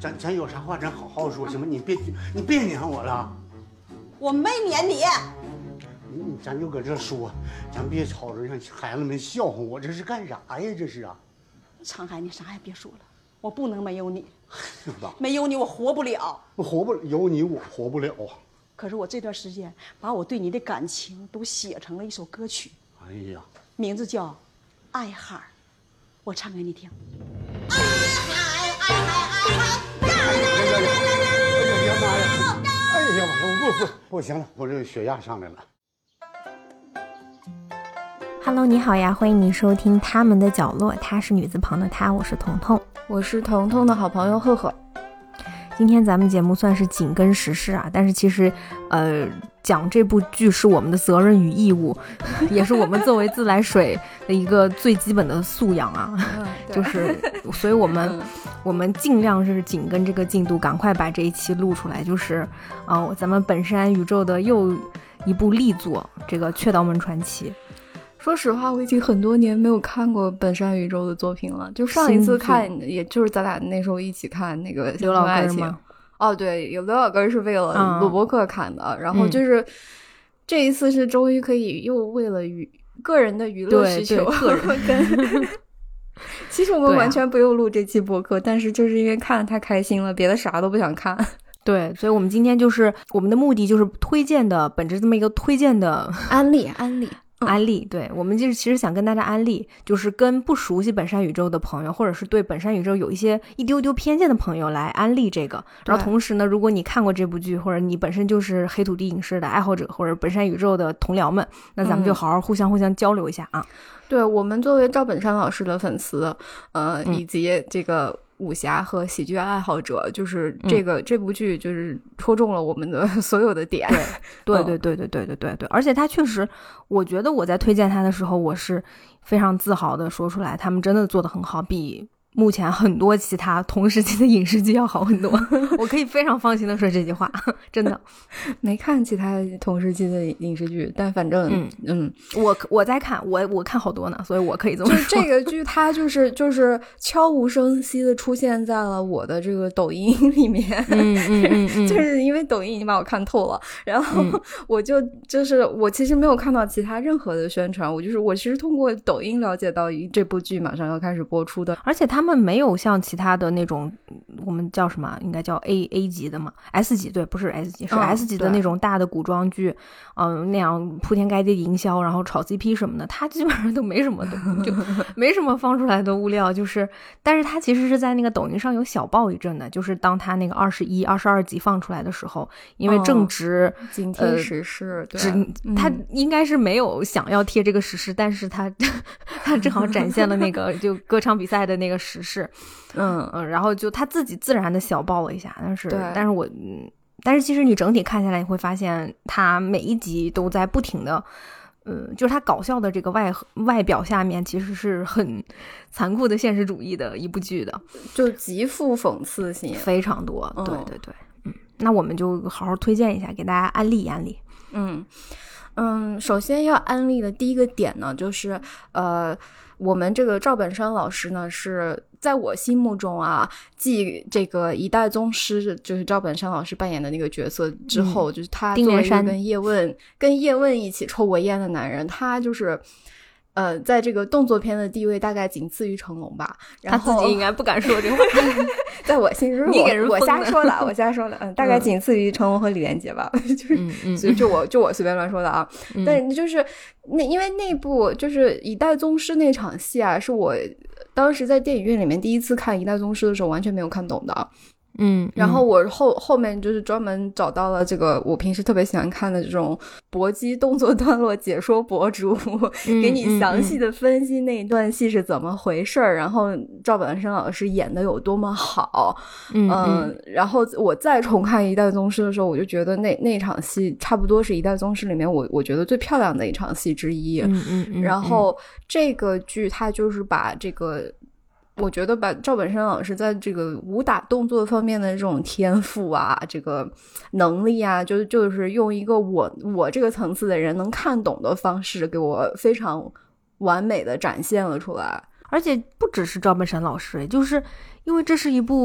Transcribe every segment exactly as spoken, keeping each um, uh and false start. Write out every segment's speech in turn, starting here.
咱咱有啥话咱好好说行吗？你别你别撵我了。 我没撵你。 你咱就搁这说，咱别吵着让孩子们笑话我，这是干啥呀？这是啊。 长海，你啥也别说了，我不能没有你。 吧， 没有你我活不了。 我活不有你我活不了啊。 可是我这段时间把我对你的感情都写成了一首歌曲。 哎呀， 名字叫《爱海》，我唱给你听。爱海，爱海，爱海，呀呀呀呀呀呀呀！ 哎呀妈呀，不不不行了，我这血压上来了。 Hello， 你好呀，欢迎你收听他们的角落，她是女字旁的她，我是彤彤， 我是彤彤的好朋友赫赫。 今天咱们节目算是紧跟时事啊，但是其实呃讲这部剧是我们的责任与义务，也是我们作为自来水的一个最基本的素养啊。嗯、就是所以我们、嗯、我们尽量是紧跟这个进度，赶快把这一期录出来，就是啊、呃、咱们本山宇宙的又一部力作，这个《雀刀门传奇》。 说实话，我已经很多年没有看过本山宇宙的作品了。就上一次看，也就是咱俩那时候一起看那个《 刘老根》吗？ 哦，对，有刘老根是为了录播课看的，嗯、然后就是、嗯、这一次是终于可以又为了娱个人的娱乐需求， 个人跟其实我们完全不用录这期播客，啊、但是就是因为看得太开心了，别的啥都不想看。 对，所以我们今天就是我们的目的就是推荐的，本着这么一个推荐的安利，安利。 安利，对，我们就是其实想跟大家安利，就是跟不熟悉本山宇宙的朋友，或者是对本山宇宙有一些一丢丢偏见的朋友来安利这个。然后同时呢，如果你看过这部剧，或者你本身就是黑土地影视的爱好者，或者本山宇宙的同僚们，那咱们就好好互相互相交流一下啊。嗯、 对，我们作为赵本山老师的粉丝，呃，嗯、以及这个武侠和喜剧爱好者，就是这个、嗯、这部剧就是戳中了我们的所有的点。 对对对对对对对对，而且他确实，我觉得我在推荐他的时候，我是非常自豪的说出来，他们真的做得很好，比目前很多其他同时期的影视剧要好很多。我可以非常放心的说这句话，真的。 没看其他同时期的影视剧，但反正嗯嗯，我我在看，我我看好多呢，所以我可以这么说。 就这个剧，它就是就是悄无声息的出现在了我的这个抖音里面。 嗯嗯嗯嗯， 就是因为抖音已经把我看透了，然后我就就是我其实没有看到其他任何的宣传，我就是我其实通过抖音了解到这部剧马上要开始播出的， 而且他们没有像其他的那种我们叫什么，应该叫 A A 级的嘛 ，S 级，对，不是 S 级，是 S 级的那种大的古装剧，嗯、呃，那样铺天盖地的营销，然后炒 C P 什么的，它基本上都没什么的，就没什么放出来的物料，就是，但是它其实是在那个抖音上有小爆一阵的，就是当它那个二十一、二十二集放出来的时候，因为正值、 哦、紧贴时事， 呃、 对， 它应该是没有想要贴这个时事，但是它它正好展现了那个就歌唱比赛的那个时事。嗯嗯，然后就他自己自然的小爆了一下，但是但是我嗯，但是其实你整体看下来，你会发现他每一集都在不停的，嗯，就是他搞笑的这个外外表下面，其实是很残酷的现实主义的一部剧的， 就极富讽刺性， 非常多。嗯、对对对，嗯，那我们就好好推荐一下，给大家安利安利。 嗯嗯，首先要安利的第一个点呢，就是呃。我们这个赵本山老师呢，是在我心目中啊，继这个一代宗师就是赵本山老师扮演的那个角色之后，嗯、就是他作为一个跟叶问跟叶问一起抽过烟的男人，他就是呃，在这个动作片的地位大概仅次于成龙吧。然后他自己应该不敢说这话， 在我心中，我我瞎说的，我瞎说的，嗯，大概仅次于成龙和李连杰吧，就是，嗯嗯、所以就我就我随便乱说的啊。嗯、但就是那因为那部就是一代宗师那场戏啊，是我当时在电影院里面第一次看一代宗师的时候完全没有看懂的。 嗯， 然后我后后面就是专门找到了这个我平时特别喜欢看的这种搏击动作段落解说博主，嗯、给你详细的分析那一段戏是怎么回事儿，嗯、然后赵本山老师演的有多么好， 嗯， 嗯然后我再重看一代宗师的时候，我就觉得那那场戏差不多是一代宗师里面我我觉得最漂亮的一场戏之一， 嗯嗯嗯， 然后这个剧它就是把这个。我觉得把赵本山老师在这个武打动作方面的这种天赋啊，这个能力啊，就就是用一个我我这个层次的人能看懂的方式，给我非常完美的展现了出来。 而且不只是赵本山老师，就是因为这是一部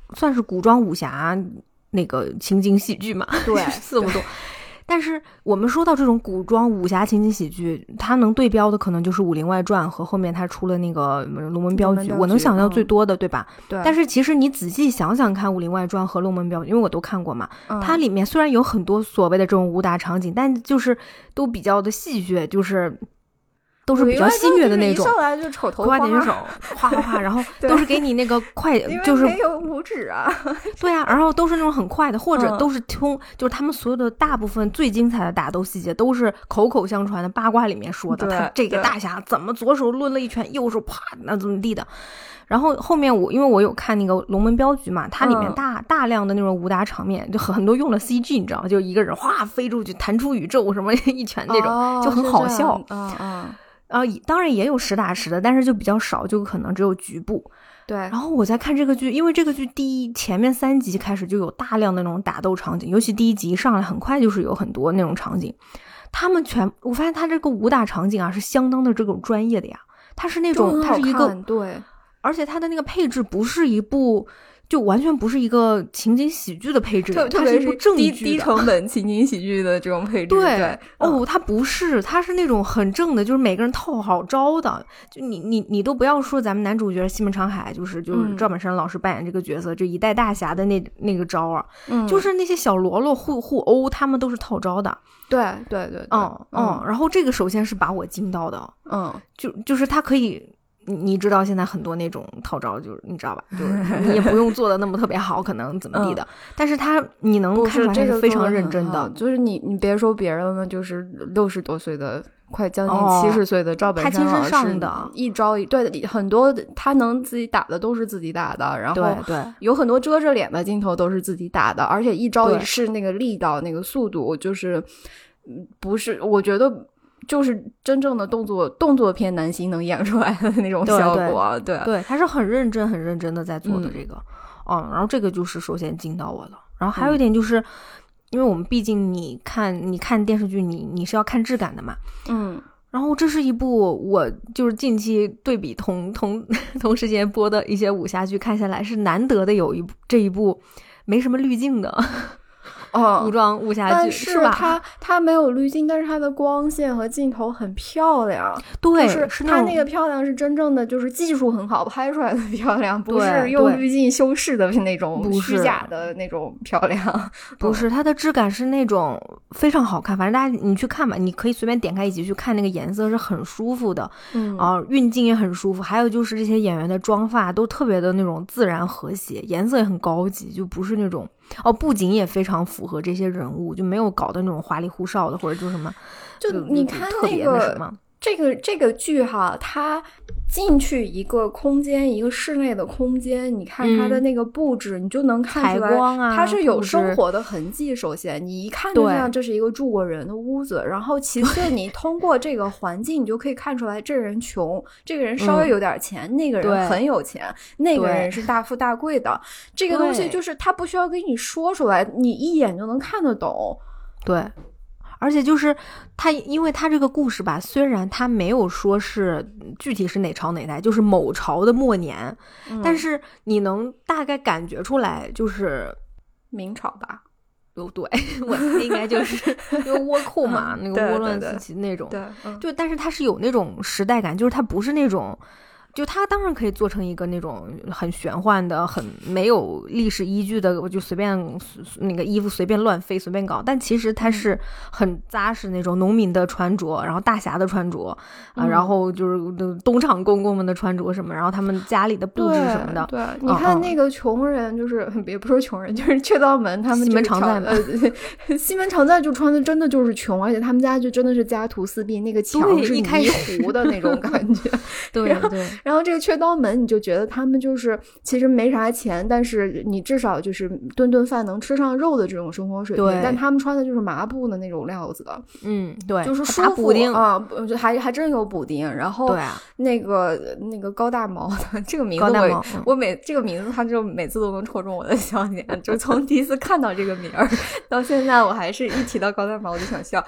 算是古装武侠那个情景喜剧嘛， 对， 这么多。但是我们说到这种古装武侠情景喜剧，它能对标的可能就是《武林外传》和后面它出了那个《龙门镖局》，我能想象最多的，对吧？ 对。 但是其实你仔细想想看，《武林外传》和《龙门镖局》，因为我都看过嘛， 嗯、 它里面虽然有很多所谓的这种武打场景，但就是都比较的戏谑，就是都是比较戏谑的那种， 一上来就丑头花，点手，哗哗哗，然后都是给你那个快，就是没有五指啊， 对啊，然后都是那种很快的，或者都是通，嗯、就是他们所有的大部分最精彩的打斗细节都是口口相传的八卦里面说的，他这个大侠怎么左手抡了一拳，右手啪那怎么地的。然后后面我因为我有看那个《龙门镖局》嘛，它里面大、嗯、大量的那种武打场面，就很多用了 C G， 你知道吗？就一个人哗飞出去，弹出宇宙什么一拳那种， 哦、 就很好笑。 嗯嗯。 呃，当然也有实打实的，但是就比较少，就可能只有局部。 对。 然后我在看这个剧，因为这个剧第一前面三集开始就有大量的那种打斗场景，尤其第一集上来很快就是有很多那种场景。他们全，我发现他这个武打场景啊是相当的这种专业的呀，它是那种，它是一个对， 而且它的那个配置不是一部。就完全不是一个情景喜剧的配置， 特别是低低成本情景喜剧的这种配置。 对， 对哦，它不是，它是那种很正的，就是每个人套好招的。就你你你都不要说咱们男主角西门长海，就是就是赵本山老师扮演这个角色，这、嗯、一代大侠的那那个招啊，嗯、就是那些小喽啰互互殴，他们都是套招的。 对对 对, 对， 嗯嗯，然后这个首先是把我惊到的， 嗯， 就就是他可以。你你知道现在很多那种套招，就是你知道吧，就是你也不用做的那么特别好，可能怎么地的，嗯、但是他你能看出来是非常认真的， 就是你你别说别人了，就是六十多岁的，快将近七十岁的赵本山老师， 他其实上的一招一对很多他能自己打的都是自己打的，然后对对， 有很多遮着脸的镜头都是自己打的，而且一招一式那个力道那个速度，就是不是我觉得。就是真正的动作动作片男星能演出来的那种效果，对对, 对, 对，他是很认真很认真的在做的这个，嗯, 嗯，然后这个就是首先惊到我了，然后还有一点就是，嗯、因为我们毕竟你看你看电视剧，你你是要看质感的嘛， 嗯， 然后这是一部我就是近期对比同同同时间播的一些武侠剧看下来是难得的有一部这一部没什么滤镜的。 哦， 武装武侠剧， 但是吧？ 它它没有滤镜，但是它的光线和镜头很漂亮。 对， 就是它那个漂亮是真正的，就是技术很好拍出来的漂亮，不是用滤镜修饰的那种虚假的那种漂亮。 不是，它的质感是那种非常好看。反正大家你去看吧，你可以随便点开一集去看，那个颜色是很舒服的， 嗯啊，运镜也很舒服。还有就是这些演员的妆发都特别的那种自然和谐，颜色也很高级，就不是那种。哦，布景也非常符合这些人物，就没有搞的那种花里胡哨的，或者就什么， 就你看那个什么这个这个剧哈，它进去一个空间，一个室内的空间，你看它的那个布置，嗯、你就能看出来， 啊、 它是有生活的痕迹。首先，你一看就像这是一个住过人的屋子，然后其次，你通过这个环境，你就可以看出来这人穷，这个人稍微有点钱，嗯、那个人很有钱，那个人是大富大贵的。这个东西就是他不需要跟你说出来，你一眼就能看得懂。 对。而且就是他，因为他这个故事吧，虽然他没有说是具体是哪朝哪代，就是某朝的末年， 嗯、 但是你能大概感觉出来，就是明朝吧。 哦，对，我猜应该就是因为倭寇嘛，那个倭乱时期那种， 对，对对嗯、 就但是它是有那种时代感，就是它不是那种。就它当然可以做成一个那种很玄幻的、很没有历史依据的，我就随便那个衣服随便乱飞、随便搞。但其实它是很扎实那种农民的穿着，然后大侠的穿着啊，然后就是东厂公公们的穿着什么，然后他们家里的布置什么的。 对，对你看那个穷人，就是也不说穷人，就是雀道门他们西门常在嘛， 呃，西门常在就穿的真的就是穷，而且他们家就真的是家徒四壁，那个墙是泥糊的那种感觉。 对对。 然后这个雀刀门，你就觉得他们就是其实没啥钱，但是你至少就是顿顿饭能吃上肉的这种生活水平。但他们穿的就是麻布的那种料子的， 嗯，对， 就是舒服补丁啊，还还真有补丁。然后对啊， 那个那个高大毛的这个名字我，我、嗯、我每这个名字他就每次都能戳中我的笑点，就从第一次看到这个名儿到现在，我还是一提到高大毛我就想笑。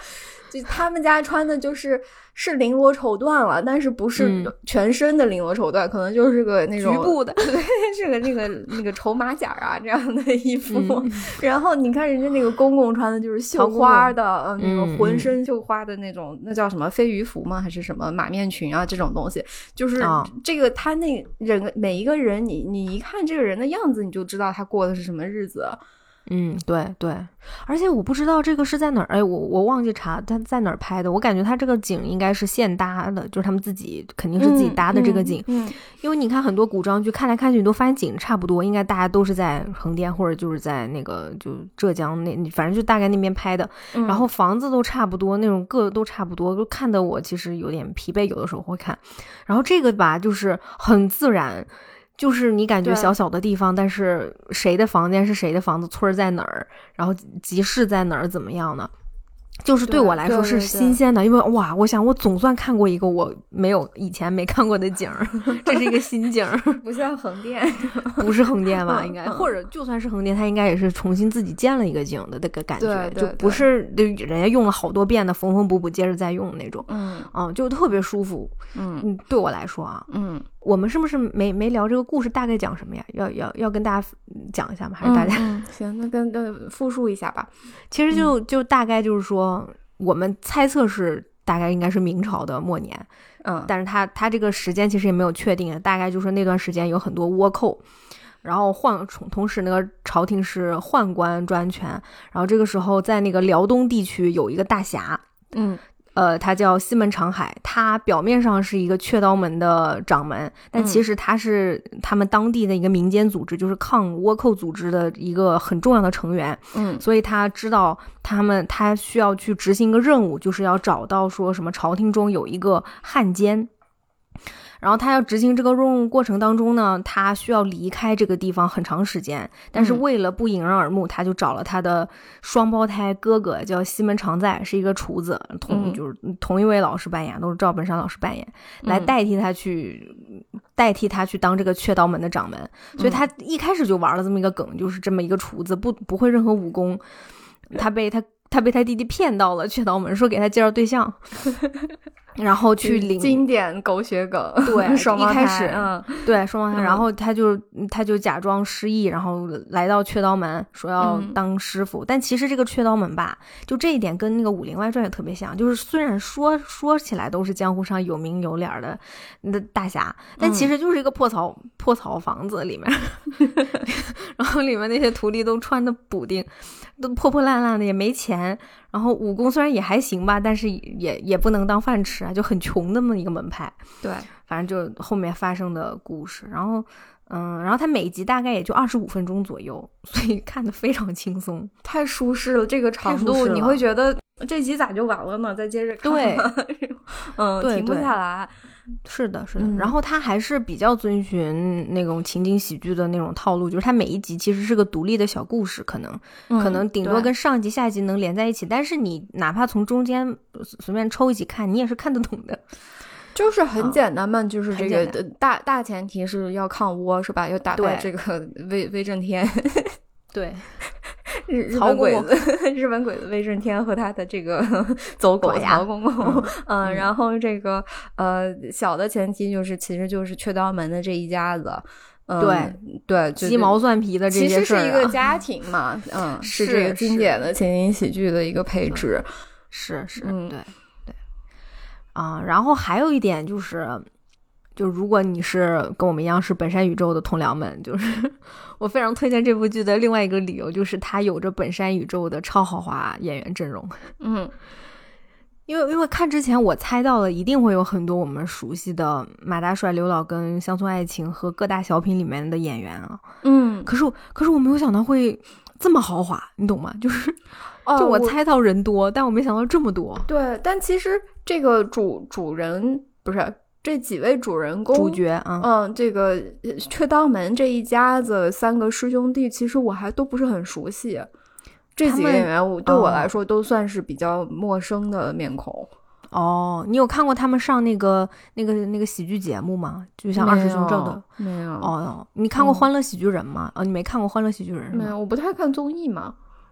就他们家穿的就是是绫罗绸缎了，但是不是全身的绫罗绸缎，嗯、可能就是个那种局部的， 对，是个那个那个绸马甲啊这样的衣服。嗯、然后你看人家那个公公穿的就是绣花的，呃，那个浑身绣花的那种，嗯、那叫什么飞鱼服吗？还是什么马面裙啊？这种东西，就是这个他那人每一个人，你你一看这个人的样子，你就知道他过的是什么日子。 嗯，对对，而且我不知道这个是在哪儿，哎，我我忘记查他在哪儿拍的。我感觉他这个景应该是现搭的，就是他们自己肯定是自己搭的这个景。 嗯，嗯嗯因为你看很多古装剧看来看去你都发现景差不多，应该大家都是在横店或者就是在那个就浙江那，反正就大概那边拍的。 嗯、 然后房子都差不多，那种个都差不多，就看得我其实有点疲惫，有的时候会看。然后这个吧，就是很自然。就是你感觉小小的地方，但是谁的房间是谁的房子，村在哪儿，然后集市在哪儿，怎么样呢？就是对我来说是新鲜的，因为哇，我想我总算看过一个我没有以前没看过的景儿，这是一个新景儿， 不像横店， 不是横店吧？应该，或者就算是横店，它应该也是重新自己建了一个景的那个感觉， 对对就不是人家用了好多遍的缝缝补补接着再用那种， 嗯嗯，就特别舒服， 嗯， 对我来说啊， 嗯。 我们是不是没没聊这个故事大概讲什么呀？要要要跟大家讲一下吗？还是大家、 嗯嗯、行，那跟跟复述一下吧。 其实就就大概就是说，我们猜测是大概应该是明朝的末年， 嗯， 但是他他这个时间其实也没有确定，大概就是那段时间有很多倭寇，然后宦同时那个朝廷是宦官专权，然后这个时候在那个辽东地区有一个大侠， 嗯。 呃，他叫西门长海，他表面上是一个雀刀门的掌门，但其实他是他们当地的一个民间组织，就是抗倭寇组织的一个很重要的成员。 嗯， 所以他知道他们，他需要去执行一个任务，就是要找到说什么朝廷中有一个汉奸。然后他要执行这个任务过程当中呢，他需要离开这个地方很长时间，但是为了不引人耳目，嗯、他就找了他的双胞胎哥哥，叫西门常在，是一个厨子，同、嗯、就是同一位老师扮演，都是赵本山老师扮演，来代替他去、嗯、代替他去当这个雀刀门的掌门。所以他一开始就玩了这么一个梗，就是这么一个厨子，不不会任何武功，他被他他被他弟弟骗到了雀刀门，说给他介绍对象。然后去领经典狗血梗， 对， 双胞胎， 一开始， 嗯， 对，双胞胎，然后他就他就假装失忆，然后来到雀刀门，说要当师傅，嗯、但其实这个雀刀门吧，就这一点跟那个《武林外传》也特别像，就是虽然说说起来都是江湖上有名有脸的那大侠，但其实就是一个破草、嗯、破草房子里面，然后里面那些徒弟都穿的补丁，都破破烂烂的，也没钱。然后武功虽然也还行吧，但是也也不能当饭吃啊，就很穷的那么一个门派。 对， 反正就后面发生的故事。然后，嗯，然后它每集大概也就二十五分钟左右，所以看得非常轻松， 太舒适了。这个长度你会觉得这集咋就完了呢？再接着看， 对， 嗯， 对， 停不下来。 是的，是的、 嗯。 然后它还是比较遵循那种情景喜剧的那种套路，就是它每一集其实是个独立的小故事，可能、嗯、可能顶多跟上集下集能连在一起，但是你哪怕从中间随便抽一集看，你也是看得懂的。 就是很简单嘛、嗯、就是这个大大前提是要抗倭是吧？要打败这个威威震天。 对， 日日本鬼子，日本鬼子威震天和他的这个走狗曹公公，嗯, 嗯，然后这个呃小的前提就是其实就是雀刀门的这一家子，嗯、 对对， 鸡毛蒜皮的这些事、啊、 其实是一个家庭嘛，嗯，是这个经典的情景喜剧的一个配置， 是是， 嗯， 对对，啊、呃，然后还有一点就是。就如果你是跟我们一样是本山宇宙的同僚们，就是我非常推荐这部剧的另外一个理由，就是它有着本山宇宙的超豪华演员阵容。 嗯， 因为因为看之前我猜到了一定会有很多我们熟悉的马大帅、刘老根、乡村爱情和各大小品里面的演员啊。 嗯， 可是可是我没有想到会这么豪华，你懂吗？就是就我猜到人多、哦、但我没想到这么多。 对，但其实这个主主人不是这几位主人公主角啊， 嗯，这个雀刀门这一家子三个师兄弟，其实我还都不是很熟悉。这几个演员我对我来说都算是比较陌生的面孔。 哦，你有看过他们上那个那个那个喜剧节目吗？就像二师兄这的没有。 哦，你看过《欢乐喜剧人》吗？嗯、哦，你没看过《欢乐喜剧人》是吗？ 没有，我不太看综艺嘛。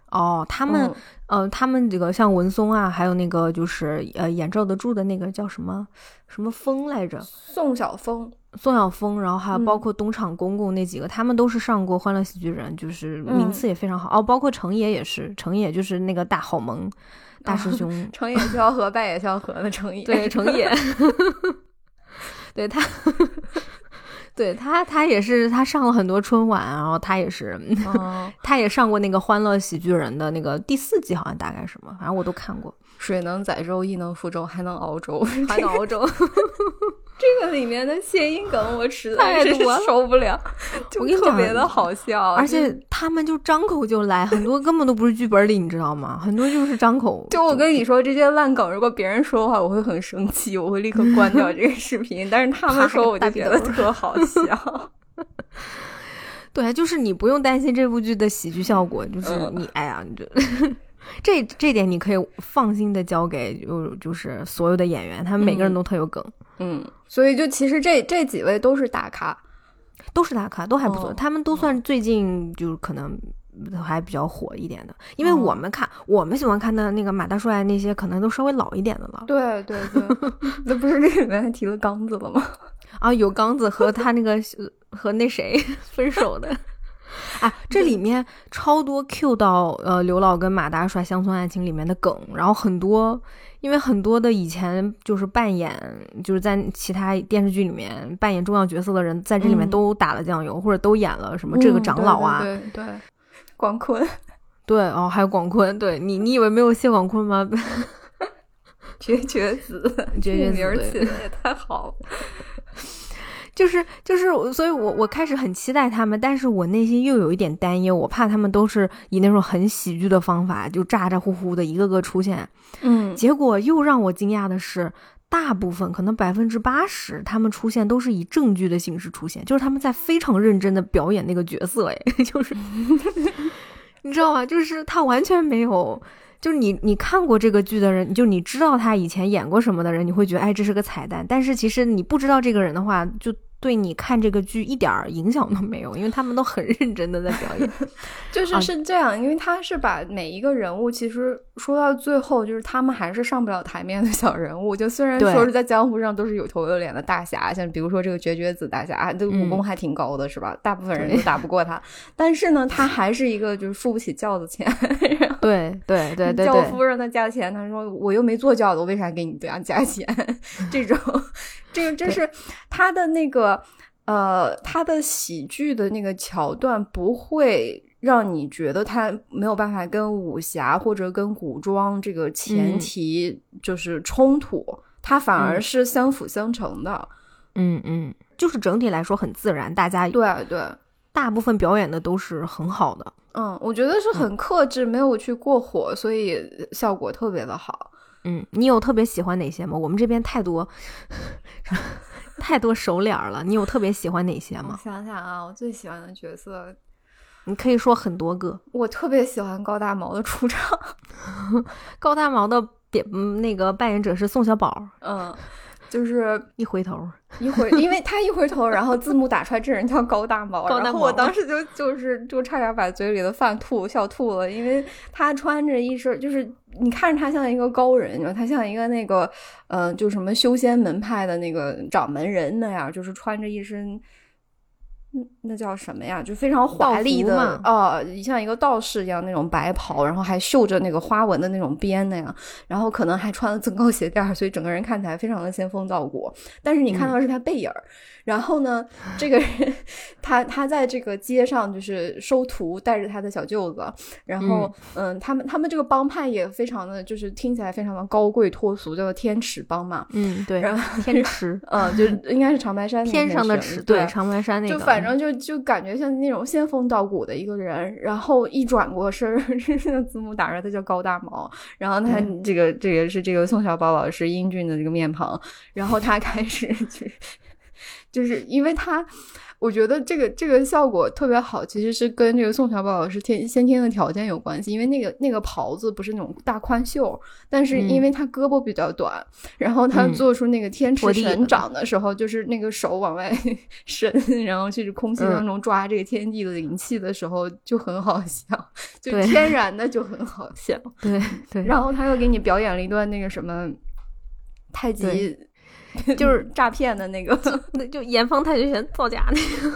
哦，他们、 嗯、 呃，他们这个像文松啊，还有那个就是呃演赵德柱的那个叫什么什么峰来着， 宋晓峰。 宋晓峰，然后还有包括东厂公公那几个、嗯、他们都是上过欢乐喜剧人，就是名次也非常好、嗯、哦，包括程野也是，程野就是那个大好萌大师兄、哦、 程野萧何败也萧何的程野， 对程野对他对他他也是他上了很多春晚，然后他也是、哦、他也上过那个欢乐喜剧人的那个第四季，好像大概什么，反正我都看过。 水能载舟，亦能覆舟，还能熬粥， 还能熬粥这个里面的谐音梗我实在是受不了，就特别的好笑， 而且他们就张口就来，很多根本都不是剧本里，你知道吗？很多就是张口。 就我跟你说，这些烂梗如果别人说的话我会很生气，我会立刻关掉这个视频但是他们说我就觉得特好笑对，就是你不用担心这部剧的喜剧效果，就是你、嗯、哎呀你就这这点你可以放心的交给就就是所有的演员，他们每个人都特有梗。 嗯，所以就其实这这几位都是大咖， 都是大咖，都还不错、哦、他们都算最近就是可能还比较火一点的，因为我们看、哦、我们喜欢看的那个马大帅那些可能都稍微老一点的了。 对对对那不是这里面还提了刚子了吗？ 啊，有刚子和他那个和那谁分手的啊，这里面超多 Q 到呃刘老跟马大帅乡村爱情里面的梗，然后很多因为很多的以前就是扮演就是在其他电视剧里面扮演重要角色的人在这里面都打了酱油、嗯、或者都演了什么这个长老啊、 嗯、对对 对, 对广坤， 对哦还有广坤，对你你以为没有谢广坤吗？ 绝绝子， 绝绝子名起的也太好了就是就是，所以我我开始很期待他们，但是我内心又有一点担忧，我怕他们都是以那种很喜剧的方法，就咋咋呼呼的一个个出现。 嗯， 结果又让我惊讶的是，大部分可能百分之八十他们出现都是以正剧的形式出现，就是他们在非常认真的表演那个角色，哎，就是你知道吗？就是他完全没有。就是你你看过这个剧的人，就你知道他以前演过什么的人，你会觉得哎这是个彩蛋，但是其实你不知道这个人的话，就对你看这个剧一点影响都没有，因为他们都很认真的在表演。 就是是这样、啊、因为他是把每一个人物其实说到最后就是他们还是上不了台面的小人物，就虽然说是在江湖上都是有头有脸的大侠，像比如说这个绝绝子大侠，这武功还挺高的、嗯、是吧，大部分人都打不过他，但是呢他还是一个就是付不起轿子钱对对对对对， 轿夫让他加钱，他说我又没坐轿子，我为啥给你这样加钱这种这个这是他的那个呃他的喜剧的那个桥段不会让你觉得他没有办法跟武侠或者跟古装这个前提就是冲突、嗯、他反而是相辅相成的。 嗯嗯，就是整体来说很自然，大家对对大部分表演的都是很好的。 嗯，我觉得是很克制、嗯、没有去过火，所以效果特别的好。 嗯，你有特别喜欢哪些吗？我们这边太多太多熟脸了，你有特别喜欢哪些吗？ 我想想啊，我最喜欢的角色你可以说很多个。 我特别喜欢高大毛的出场高大毛的那个扮演者是宋小宝。 嗯，就是一回头一回因为他一回头然后字幕打出来这人叫高大毛， 高大毛， 然后我当时就就是就差点把嘴里的饭吐笑吐了，因为他穿着一身就是你看着他像一个高人，他像一个那个呃就什么修仙门派的那个掌门人那样，就是穿着一身那叫什么呀，就非常华丽的呃，像一个道士一样那种白袍，然后还绣着那个花纹的那种边那样，然后可能还穿了增高鞋垫，所以整个人看起来非常的仙风道骨，但是你看到的是他背影、嗯、然后呢这个人他他在这个街上就是收徒，带着他的小舅子，然后 嗯, 嗯他们他们这个帮派也非常的就是听起来非常的高贵脱俗，叫做天池帮嘛。 嗯，对， 然后天池嗯，就应该是长白山那个天上的池，对，长白山那个， 就反正就就感觉像那种仙风道骨的一个人，然后一转过身那字幕打出来他叫高大毛，然后他这个、嗯、这个是这个宋小宝老师英俊的这个面庞，然后他开始就是就是因为他我觉得这个这个效果特别好，其实是跟这个宋小宝老师天先天的条件有关系。因为那个那个袍子不是那种大宽袖，但是因为他胳膊比较短，嗯、然后他做出那个天池神掌的时候，嗯、就是那个手往外伸，然后去空气当中抓这个天地的灵气的时候，就很好笑，就天然的就很好笑。 对对， 然后他又给你表演了一段那个什么太极。就是诈骗的那个就就严方太极拳造假那个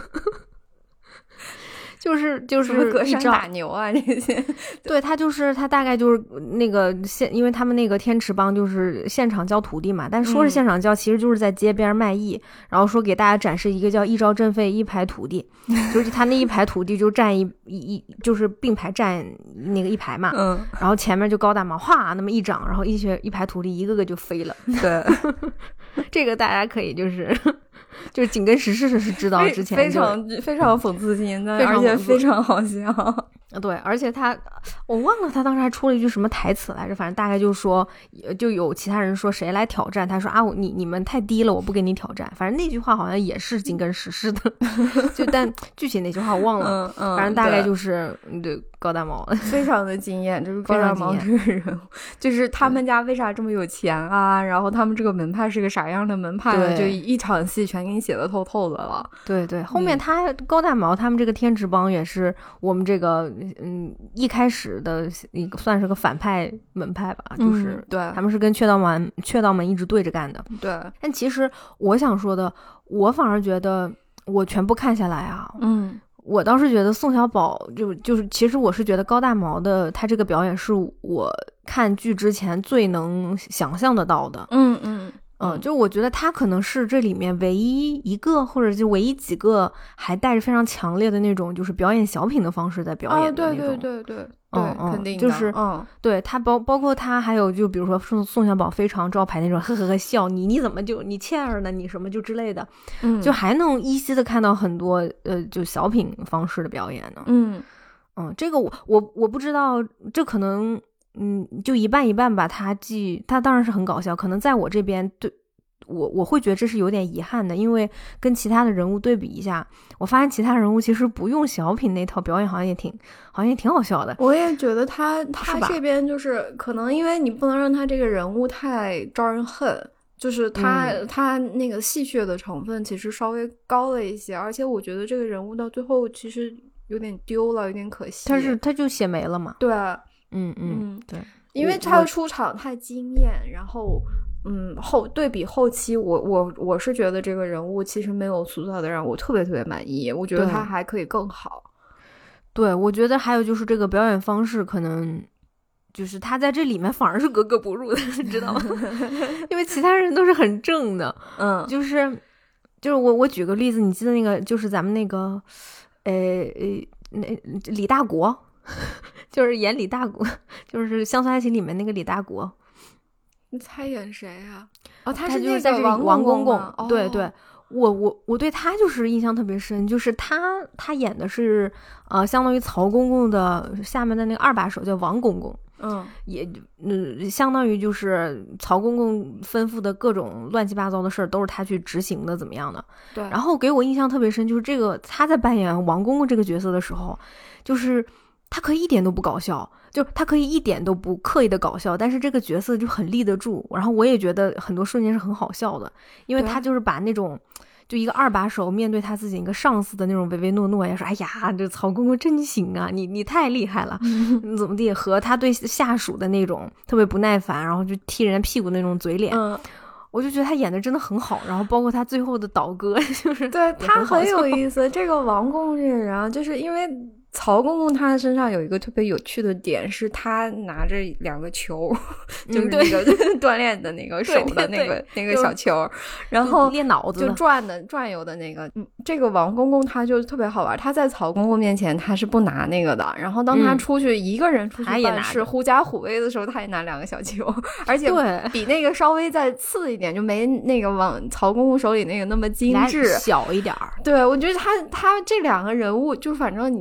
就是就是隔山打牛啊这些。 对，他就是他大概就是那个现，因为他们那个天池帮就是现场教徒弟嘛，但说是现场教，嗯、其实就是在街边卖艺，然后说给大家展示一个叫一招阵废一排徒弟，就是他那一排徒弟就站一一就是并排站那个一排嘛，嗯，然后前面就高大毛哗那么一掌，然后一学一排徒弟一个个就飞了。 对， 这个大家可以就是就是紧跟时事是知道之前非常非常讽刺性，但而且非常好笑。 对，而且他我忘了他当时还出了一句什么台词来着，反正大概就说就有其他人说谁来挑战，他说啊你你们太低了，我不跟你挑战。反正那句话好像也是紧跟时事的，就但具体哪句话我忘了，嗯嗯，反正大概就是对高大毛非常的惊艳，就是高大毛这个人物，就是他们家为啥这么有钱啊？然后他们这个门派是个啥样的门派啊？就一场戏全给你写得透透的了。 对对，后面他、嗯、高大毛他们这个天池帮也是我们这个嗯一开始的一个算是个反派门派吧，就是、 嗯、对， 他们是跟雀道门雀道门一直对着干的。 对， 但其实我想说的，我反而觉得我全部看下来啊， 嗯。 我倒是觉得宋小宝就就是其实我是觉得高大毛的他这个表演是我看剧之前最能想象得到的。 嗯嗯嗯，就我觉得他可能是这里面唯一一个或者就唯一几个还带着非常强烈的那种就是表演小品的方式在表演的那种。 哦、对对对对嗯嗯， 肯定的， 就是嗯， 对他包包括他还有就比如说宋宋小宝非常招牌那种呵呵呵笑你你怎么就你欠儿呢你什么就之类的， 嗯， 就还能依稀的看到很多呃就小品方式的表演呢。 嗯嗯，这个我我我不知道，这可能嗯就一半一半吧。他既他当然是很搞笑，可能在我这边对。我我会觉得这是有点遗憾的，因为跟其他的人物对比一下，我发现其他人物其实不用小品那套表演好像也挺好像也挺好笑的。 我也觉得他他这边就是可能因为你不能让他这个人物太招人恨，就是他、嗯、他那个戏谑的成分其实稍微高了一些，而且我觉得这个人物到最后其实有点丢了，有点可惜。 他是他就写没了嘛？ 对， 嗯嗯嗯， 对， 因为他的出场太惊艳，然后。嗯，后对比后期，我我我是觉得这个人物其实没有塑造的让我特别特别满意，我觉得他还可以更好。 对，我觉得还有就是这个表演方式，可能就是他在这里面反而是格格不入的，你知道吗？因为其他人都是很正的， 嗯， 就是就是我我举个例子，你记得那个就是咱们那个呃呃那李大国，就是演李大国，就是《乡村爱情》里面那个李大国。 你猜演谁啊？哦， 他是就是在这里王公公。 哦、 对对，我我我对他就是印象特别深，就是他他演的是呃，相当于曹公公的下面的那个二把手叫王公公。 嗯， 也嗯，相当于就是曹公公吩咐的各种乱七八糟的事儿都是他去执行的，怎么样的？ 对。 然后给我印象特别深，就是这个他在扮演王公公这个角色的时候，就是他可以一点都不搞笑。就他可以一点都不刻意的搞笑，但是这个角色就很立得住，然后我也觉得很多瞬间是很好笑的，因为他就是把那种就一个二把手面对他自己一个上司的那种唯唯诺诺呀，说哎呀这曹公公真行啊，你你太厉害了，你怎么地，和他对下属的那种特别不耐烦，然后就踢人屁股的那种嘴脸， 嗯， 我就觉得他演的真的很好，然后包括他最后的倒戈，就是对他很有意思。这个王公这个人啊，就是因为曹公公他身上有一个特别有趣的点，是他拿着两个球，嗯、就是那个锻炼的那个手的那个那个小球，然后练脑子就转的转悠的那个。这个王公公他就特别好玩，他在曹公公面前他是不拿那个的，然后当他出去、嗯、一个人出去办事狐假虎威的时候，他也拿两个小球，而且比那个稍微再次一点，就没那个往曹公公手里那个那么精致， 小一点儿。 对，我觉得他他这两个人物，就反正你去看。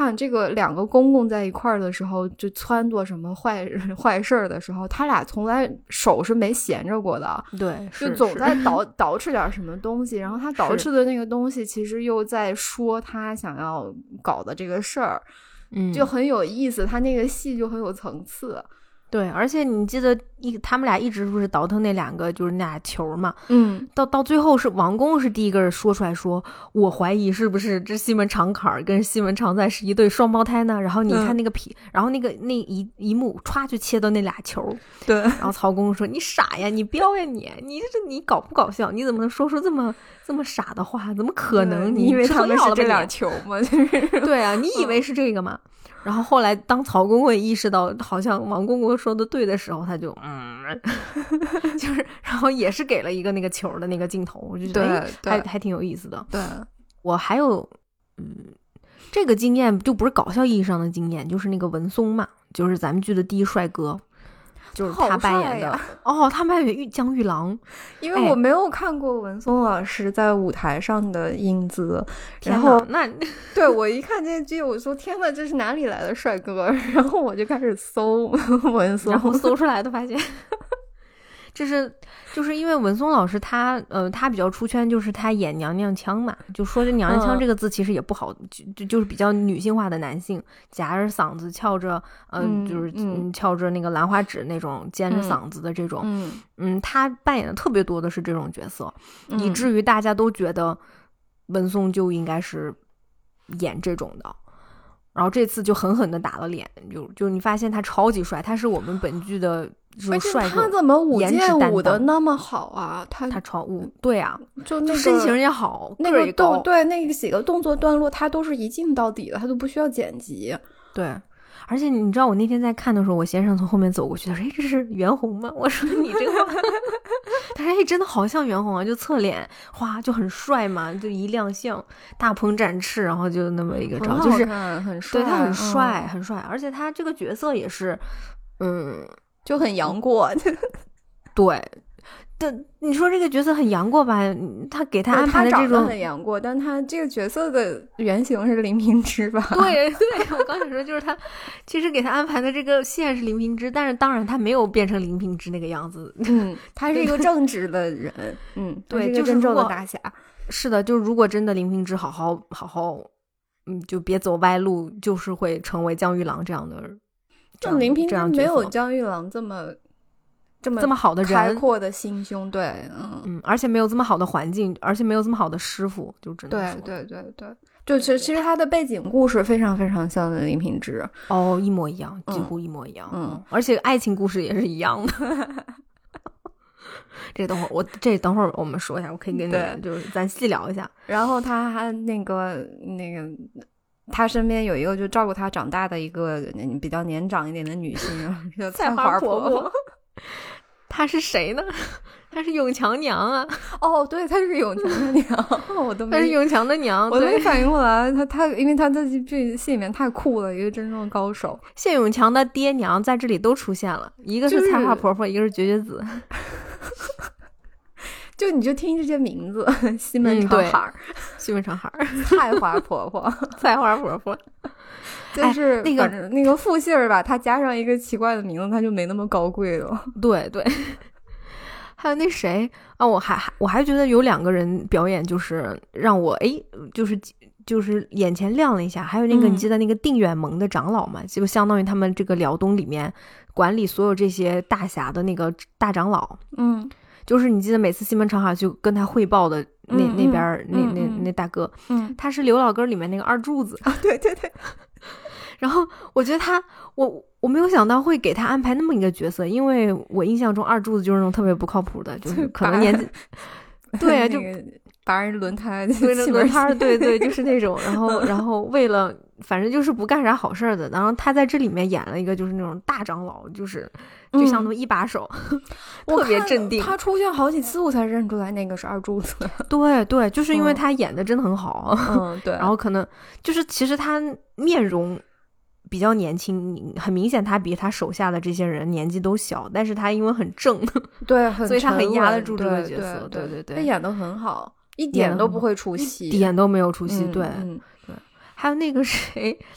看这个两个公公在一块儿的时候，就撺掇什么坏坏事儿的时候，他俩从来手是没闲着过的， 对， 就总在捯捯饬点什么东西，然后他捯饬的那个东西其实又在说他想要搞的这个事儿， 嗯， 就很有意思，他那个戏就很有层次。 对，而且你记得一他们俩一直不是倒腾那两个就是那俩球嘛， 嗯， 到到最后是王公是第一个人说出来说，我怀疑是不是这西门长坎儿跟西门常在是一对双胞胎呢？然后你看那个皮，嗯、然后那个那一一幕歘就切到那俩球， 对， 然后曹公说你傻呀，你彪呀你，你这你搞不搞笑？你怎么能说出这么这么傻的话？怎么可能？ 你以为他们是这俩球吗？就是对啊，你以为是这个吗？然后后来当曹公公意识到好像王公公说的对的时候，他就嗯，就是然后也是给了一个那个球的那个镜头，我就觉得还还挺有意思的。 对， 我还有嗯，这个经验就不是搞笑意义上的经验，就是那个文松嘛，就是咱们剧的第一帅哥。就是他扮演的哦，他扮演江玉郎， 因为我没有看过文松老师在舞台上的英姿， 然后那对我一看这剧，我说天哪，这是哪里来的帅哥？然后我就开始搜文松， 然后搜出来的发现。就是就是因为文松老师他呃他比较出圈，就是他演娘娘腔嘛，就说这娘娘腔这个字其实也不好，嗯、就就是比较女性化的男性，夹着嗓子翘着呃、嗯、就是嗯翘着那个兰花指那种尖着嗓子的这种， 嗯嗯, 嗯他扮演的特别多的是这种角色， 嗯、 以至于大家都觉得文松就应该是演这种的。然后这次就狠狠的打了脸，就就你发现他超级帅，他是我们本剧的这种帅哥， 他怎么舞剑舞的那么好啊？他他超舞，对啊， 就那个身形也好， 那个动对那个几个动作段落，他都是一镜到底的，他都不需要剪辑。 对，而且你知道我那天在看的时候，我先生从后面走过去，他说：“哎，这是袁弘吗？”我说：“你这个。”他说：“哎，真的好像袁弘啊，就侧脸，哇，就很帅嘛，就一亮相，大鹏展翅，然后就那么一个照，就是很帅， 对他很帅，嗯、很帅，而且他这个角色也是，嗯， 就很杨过， 对。”但你说这个角色很杨过吧？他给他安排的这种很杨过，但他这个角色的原型是林平之吧？ 对对，我刚想说就是他，其实给他安排的这个线是林平之，但是当然他没有变成林平之那个样子。 嗯，他是一个正直的人。嗯， 对， 就是真正的大侠。 是的，就如果真的林平之好好好好，嗯，就别走歪路，就是会成为江玉郎这样的。 就林平之没有江玉郎这么。这么这么好的人， 开阔的心胸，对，嗯嗯，而且没有这么好的环境，而且没有这么好的师傅，就真的对对对对，就其实其实他的背景故事非常非常像林平之， 哦，一模一样，几乎一模一样，嗯，嗯而且爱情故事也是一样的。这等会儿我这等会儿我们说一下，我可以跟你们就是咱细聊一下。 然后他还那个那个。他身边有一个就照顾他长大的一个比较年长一点的女性，叫菜花婆婆。 她是谁呢？她是永强娘啊！ 哦，对，她是永强的娘，我都没。 她是永强的娘， 我都没反应过来。她她，因为她在这戏里面太酷了，一个真正的高手。 谢永强的爹娘在这里都出现了，一个是菜花婆婆，一个是绝绝子。 就你就听这些名字，西门长海、 嗯、西门长海、 菜花婆婆、 菜花婆婆， 就是、 哎、那个那个复姓儿吧，它加上一个奇怪的名字，它就没那么高贵了。 对对，还有那谁啊，我还我还觉得有两个人表演就是让我哎，就是就是眼前亮了一下。还有那个、嗯、你记得那个定远盟的长老嘛，就相当于他们这个辽东里面管理所有这些大侠的那个大长老。 嗯。 就是你记得每次西门长海就跟他汇报的那、嗯、那边、嗯、那那那大哥， 嗯， 他是刘老根里面那个二柱子啊，对对对。 然后我觉得他，我我没有想到会给他安排那么一个角色，因为我印象中二柱子就是那种特别不靠谱的，就是可能年纪，对啊，就拔人轮胎， 轮胎，对对，就是那种。然后然后为了反正就是不干啥好事的，然后他在这里面演了一个就是那种大长老，就是就像那么一把手，嗯、特别镇定。 他出现好几次我才认出来那个是二柱子。 对对，就是因为他演的真的很好。 嗯，对。 然后可能就是其实他面容比较年轻，很明显他比他手下的这些人年纪都小，但是他因为很正， 对，很所以他很压得住这个角色。 对对 对, 对， 他演得很好，一点都不会出戏， 一点都没有出戏。 嗯、 对、 嗯、 对。还有那个谁，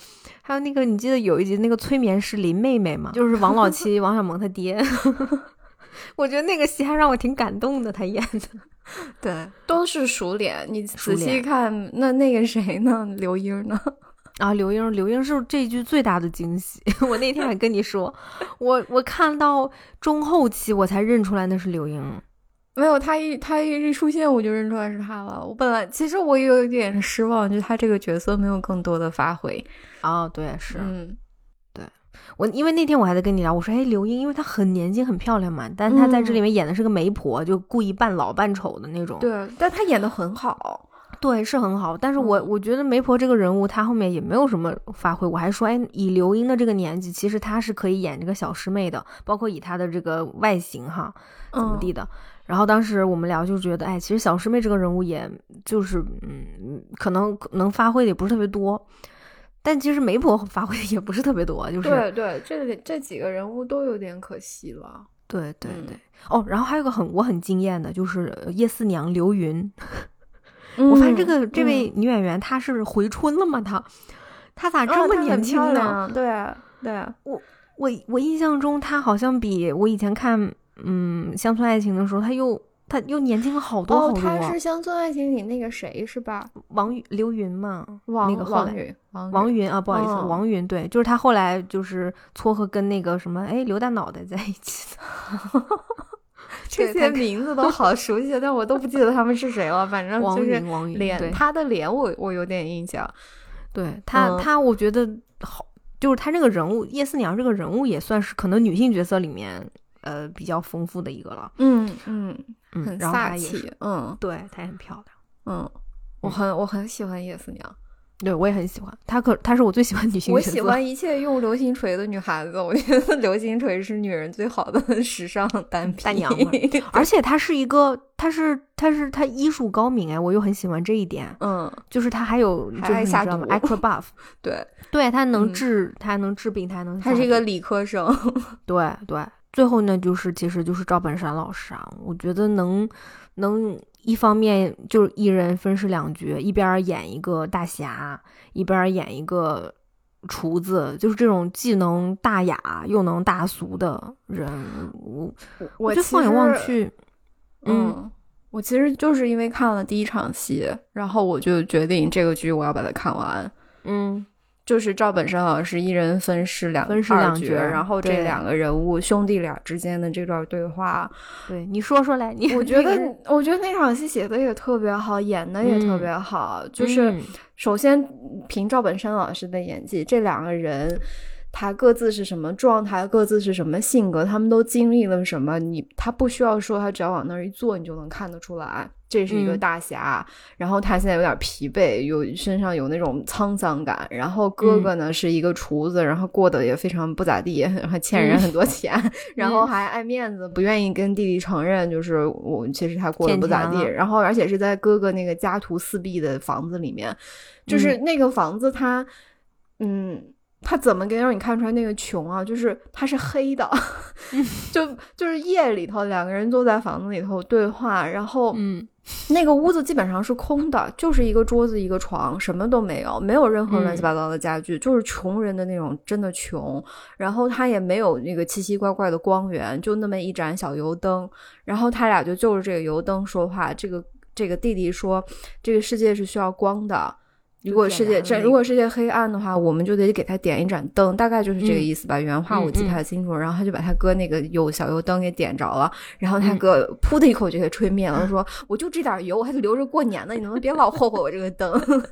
还有那个，你记得有一集那个催眠师林妹妹吗？就是王老七王小蒙他爹。我觉得那个戏还让我挺感动的，他演的。 对，都是熟脸。你仔细看，那那个谁呢？刘英呢？ 啊，刘英，刘英是这一剧最大的惊喜。我那天还跟你说，我我看到中后期我才认出来那是刘英。 没有，他一他一出现我就认出来是他了。我本来其实我也有一点失望，就是他这个角色没有更多的发挥。 哦，对，是， 嗯， 对。我因为那天我还在跟你聊，我说哎，刘英，因为她很年轻很漂亮嘛，但她在这里面演的是个媒婆，嗯、就故意扮老扮丑的那种。 对，但她演的很好， 对，是很好。但是我、嗯、我觉得媒婆这个人物，她后面也没有什么发挥。我还说，哎，以刘英的这个年纪，其实她是可以演这个小师妹的，包括以她的这个外形哈，怎么地的。嗯、然后当时我们聊就觉得，哎，其实小师妹这个人物，也就是嗯，可能能发挥的也不是特别多。但其实媒婆发挥的也不是特别多，就是对对，这这几个人物都有点可惜了。 对对对、嗯、哦，然后还有个很我很惊艳的，就是叶四娘刘云。嗯、我发现这个、嗯、这位女演员她是回春了吗？她她咋这么年轻呢？ 哦、对啊对啊， 我我我印象中她好像比我以前看嗯《乡村爱情》的时候，她又。他又年轻了好多好多、啊。 哦，他是《乡村爱情》里那个谁是吧？ 王云刘云嘛， 王那个后来王云王王云啊，不好意思，哦、王云对，就是他后来就是撮合跟那个什么哎刘大脑袋在一起的。 这些名字都好熟悉，但我都不记得他们是谁了。反正就是脸，他的脸我我有点印象。 对他、嗯、他我觉得好，就是他这个人物叶四娘这个人物也算是可能女性角色里面呃比较丰富的一个了。 嗯嗯。 嗯， 很飒气，嗯， 对，她也很漂亮， 嗯，我很、嗯、我很喜欢叶四娘， 对我也很喜欢她，可她是我最喜欢女性角色。 我喜欢一切用流星锤的女孩子，我觉得流星锤是女人最好的时尚单品， 大娘们而且她是一个，她是她是她医术高明哎，我又很喜欢这一点， 嗯， 就是她还有就是你知道吗 extra buff， 对对，她能治，嗯、她还能治病，她还能， 她是一个理科生， 对对。最后呢，就是其实就是赵本山老师啊，我觉得能能一方面就是一人分饰两角，一边演一个大侠，一边演一个厨子，就是这种既能大雅又能大俗的人，我我就放眼望去， 嗯，嗯我其实就是因为看了第一场戏，然后我就决定这个剧我要把它看完， 嗯。 就是赵本山老师一人分饰两分饰两角， 然后这两个人物兄弟俩之间的这段对话， 对你说说来，你我觉得我觉得那场戏写的也特别好，演的也特别好。嗯、就是首先凭赵本山老师的演技，这两个人他各自是什么状态，各自是什么性格，他们都经历了什么，你他不需要说，他只要往那儿一坐，你就能看得出来。这是一个大侠、嗯、然后他现在有点疲惫，有身上有那种沧桑感，然后哥哥呢、嗯、是一个厨子，然后过得也非常不咋地，还欠人很多钱、嗯、然后还爱面子，不愿意跟弟弟承认就是我其实他过得不咋地，然后而且是在哥哥那个家徒四壁的房子里面，就是那个房子他嗯他怎么给让你看出来那个穷啊，就是他是黑的就就是夜里头两个人坐在房子里头对话，然后嗯那个屋子基本上是空的，就是一个桌子一个床，什么都没有，没有任何乱七八糟的家具、嗯、就是穷人的那种真的穷，然后他也没有那个奇奇怪怪的光源，就那么一盏小油灯，然后他俩就就着这个油灯说话，这个这个弟弟说这个世界是需要光的，如果世界这如果世界黑暗的话，我们就得给他点一盏灯，大概就是这个意思吧、嗯、原话我记不太清楚、嗯、然后他就把他哥那个有小油灯给点着了，然后他哥噗的一口就给吹灭了、嗯、说我就这点油我还得留着过年呢，你能不能别老后悔我这个灯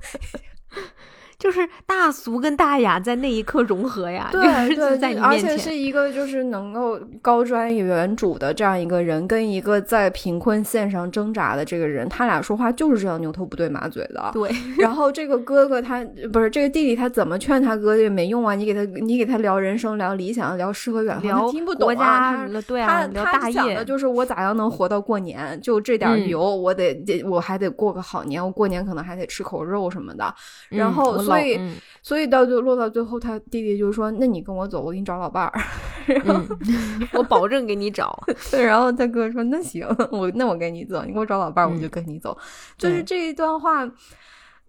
就是大俗跟大雅在那一刻融合呀， 对对， 在你面前， 而且是一个就是能够高瞻远瞩的这样一个人，跟一个在贫困线上挣扎的这个人，他俩说话就是这样牛头不对马嘴的。 对， 然后这个哥哥他不是这个弟弟，他怎么劝他哥也没用啊！你给他你给他聊人生、聊理想、聊诗和远方，他听不懂啊！他对啊， 他他讲的就是我咋样能活到过年，就这点油，嗯、我得我还得过个好年，我过年可能还得吃口肉什么的，然后。 嗯所以、 嗯、 所以到就落到最后他弟弟就说那你跟我走我给你找老伴儿然后、 嗯、我保证给你找对，然后他哥说那行我那我跟你走，你给我找老伴儿、嗯、我就跟你走，就是这一段话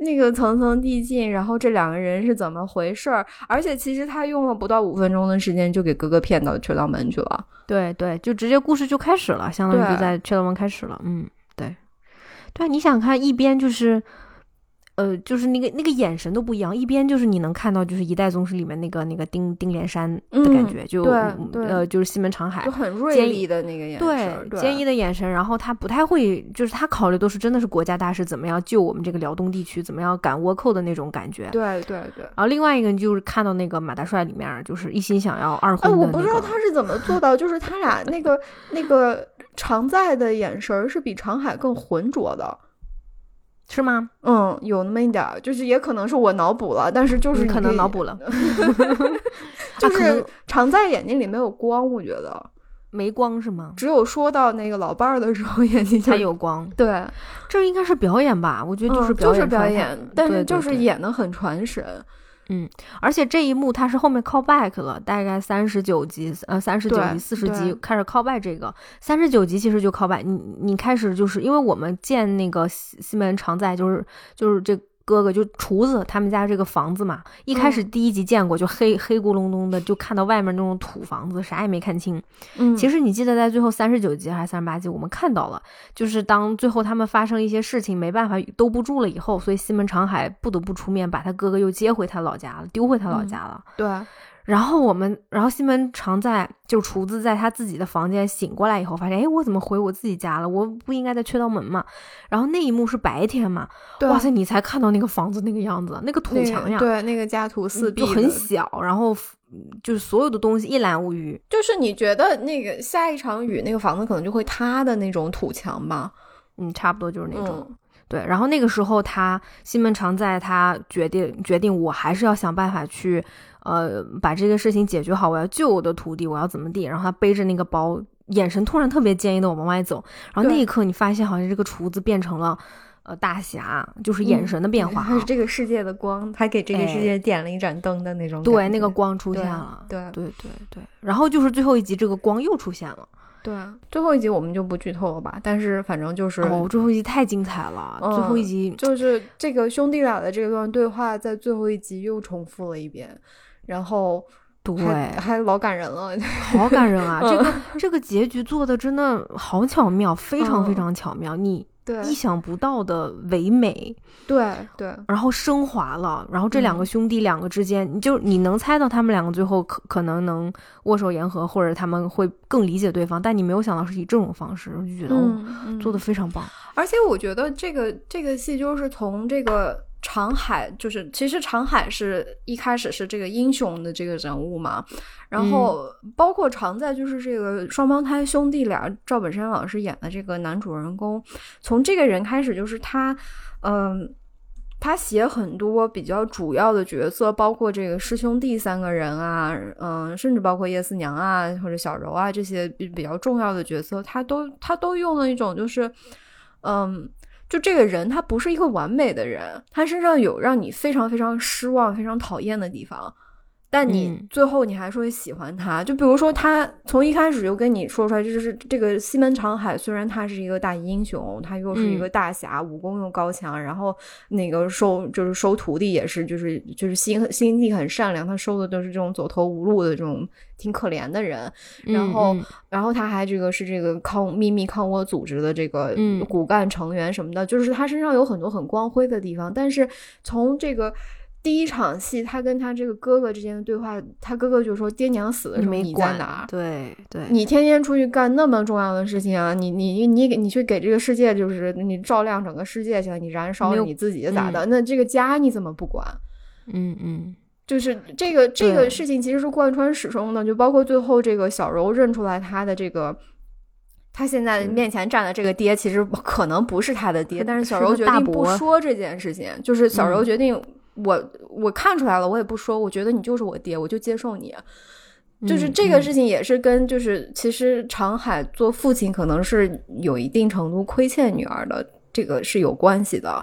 那个层层递进，然后这两个人是怎么回事儿？而且其实他用了不到五分钟的时间就给哥哥骗到雀道门去了。 对对，就直接故事就开始了，相当于就在雀道门开始了。嗯，对，对，你想看一边就是。呃，就是那个那个眼神都不一样，一边就是你能看到就是一代宗师里面那个那个丁丁连山的感觉，嗯、就对呃就是西门长海就很锐利的那个眼神， 对坚毅的眼神，然后他不太会，就是他考虑都是真的是国家大事，怎么样救我们这个辽东地区，怎么样赶倭寇的那种感觉。 对对对。 然后另外一个就是看到那个马大帅里面，就是一心想要二婚的、那个。 哎，我不知道他是怎么做到，就是他俩那个那个常在的眼神是比长海更浑浊的。 是吗？ 嗯，有那么一点，就是也可能是我脑补了，但是就是可能脑补了， 就是常在眼睛里没有光，我觉得没光是吗？ 只有说到那个老伴儿的时候，眼睛才有光。 对， 这应该是表演吧？我觉得就是表演、 嗯，就是表演，但是就是对对对演得很传神。 嗯，而且这一幕它是后面 call back 了，大概三十九集，呃，三十九集、四十集开始 call back 这个，三十九集其实就 call back。你你开始就是因为我们见那个西西门常在，就是就是这哥哥就厨子他们家这个房子嘛，一开始第一集见过，就黑、嗯、黑咕隆咚的，就看到外面那种土房子，啥也没看清。 嗯， 其实你记得在最后三十九集还是三十八集，我们看到了，就是当最后他们发生一些事情没办法兜不住了以后，所以西门长海不得不出面把他哥哥又接回他老家了，丢回他老家了。 嗯、对。 然后我们，然后西门常在就厨子在他自己的房间醒过来以后，发现，哎，我怎么回我自己家了？我不应该在雀道门嘛？然后那一幕是白天嘛？哇塞，你才看到那个房子那个样子，那个土墙呀， 那对，那个家徒四壁就很小，然后就是所有的东西一览无余。 就是你觉得那个下一场雨，那个房子可能就会塌的那种土墙吧？ 嗯，差不多就是那种。 嗯对，然后那个时候他西门常在，他决定决定我还是要想办法去呃把这个事情解决好，我要救我的徒弟，我要怎么地。然后他背着那个包，眼神突然特别坚毅的往外走，然后那一刻你发现好像这个厨子变成了呃大侠，就是眼神的变化， 他、嗯、是这个世界的光，他给这个世界点了一盏灯的那种感觉、 哎、对，那个光出现了， 对对对 对, 对然后就是最后一集这个光又出现了。 对，最后一集我们就不剧透了吧，但是反正就是哦，最后一集太精彩了、嗯、最后一集就是这个兄弟俩的这段对话在最后一集又重复了一遍，然后对还, 还老感人了， 好感人啊、嗯、这个这个结局做的真的好巧妙，非常非常巧妙、嗯、你对意想不到的唯美， 对对， 然后升华了，然后这两个兄弟两个之间、嗯、你就你能猜到他们两个最后可可能能握手言和，或者他们会更理解对方，但你没有想到是以这种方式，我就觉得、 嗯哦嗯、 做得非常棒。 而且我觉得这个这个戏就是从这个长海，就是其实长海是一开始是这个英雄的这个人物嘛，然后包括常在就是这个双胞胎兄弟俩，赵本山老师演的这个男主人公，从这个人开始就是他嗯、呃，他写很多比较主要的角色，包括这个师兄弟三个人啊，嗯、呃，甚至包括叶四娘啊或者小柔啊这些比较重要的角色，他都他都用了一种就是嗯就这个人他不是一个完美的人，他身上有让你非常非常失望非常讨厌的地方，但你最后你还是会喜欢他、嗯、就比如说他从一开始就跟你说出来，就是这个西门长海虽然他是一个大英雄，他又是一个大侠、嗯、武功又高强，然后那个收就是收徒弟也是就是就是心心地很善良，他收的都是这种走投无路的这种挺可怜的人，然后、嗯、然后他还这个是这个抗秘密抗倭组织的这个骨干成员什么的、嗯、就是他身上有很多很光辉的地方，但是从这个第一场戏他跟他这个哥哥之间的对话，他哥哥就说爹娘死的时候你在哪？ 对对， 你天天出去干那么重要的事情啊，你你你你去给这个世界就是你照亮整个世界去，你燃烧你自己咋的、嗯、那这个家你怎么不管？ 嗯嗯， 就是这个这个事情其实是贯穿始终的，就包括最后这个小柔认出来他的这个他现在面前站的这个爹其实可能不是他的爹，但是小柔决定不说这件事情，就是小柔决定、嗯我我看出来了，我也不说，我觉得你就是我爹，我就接受你。就是这个事情也是跟就是、嗯、其实长海做父亲可能是有一定程度亏欠女儿的，这个是有关系的。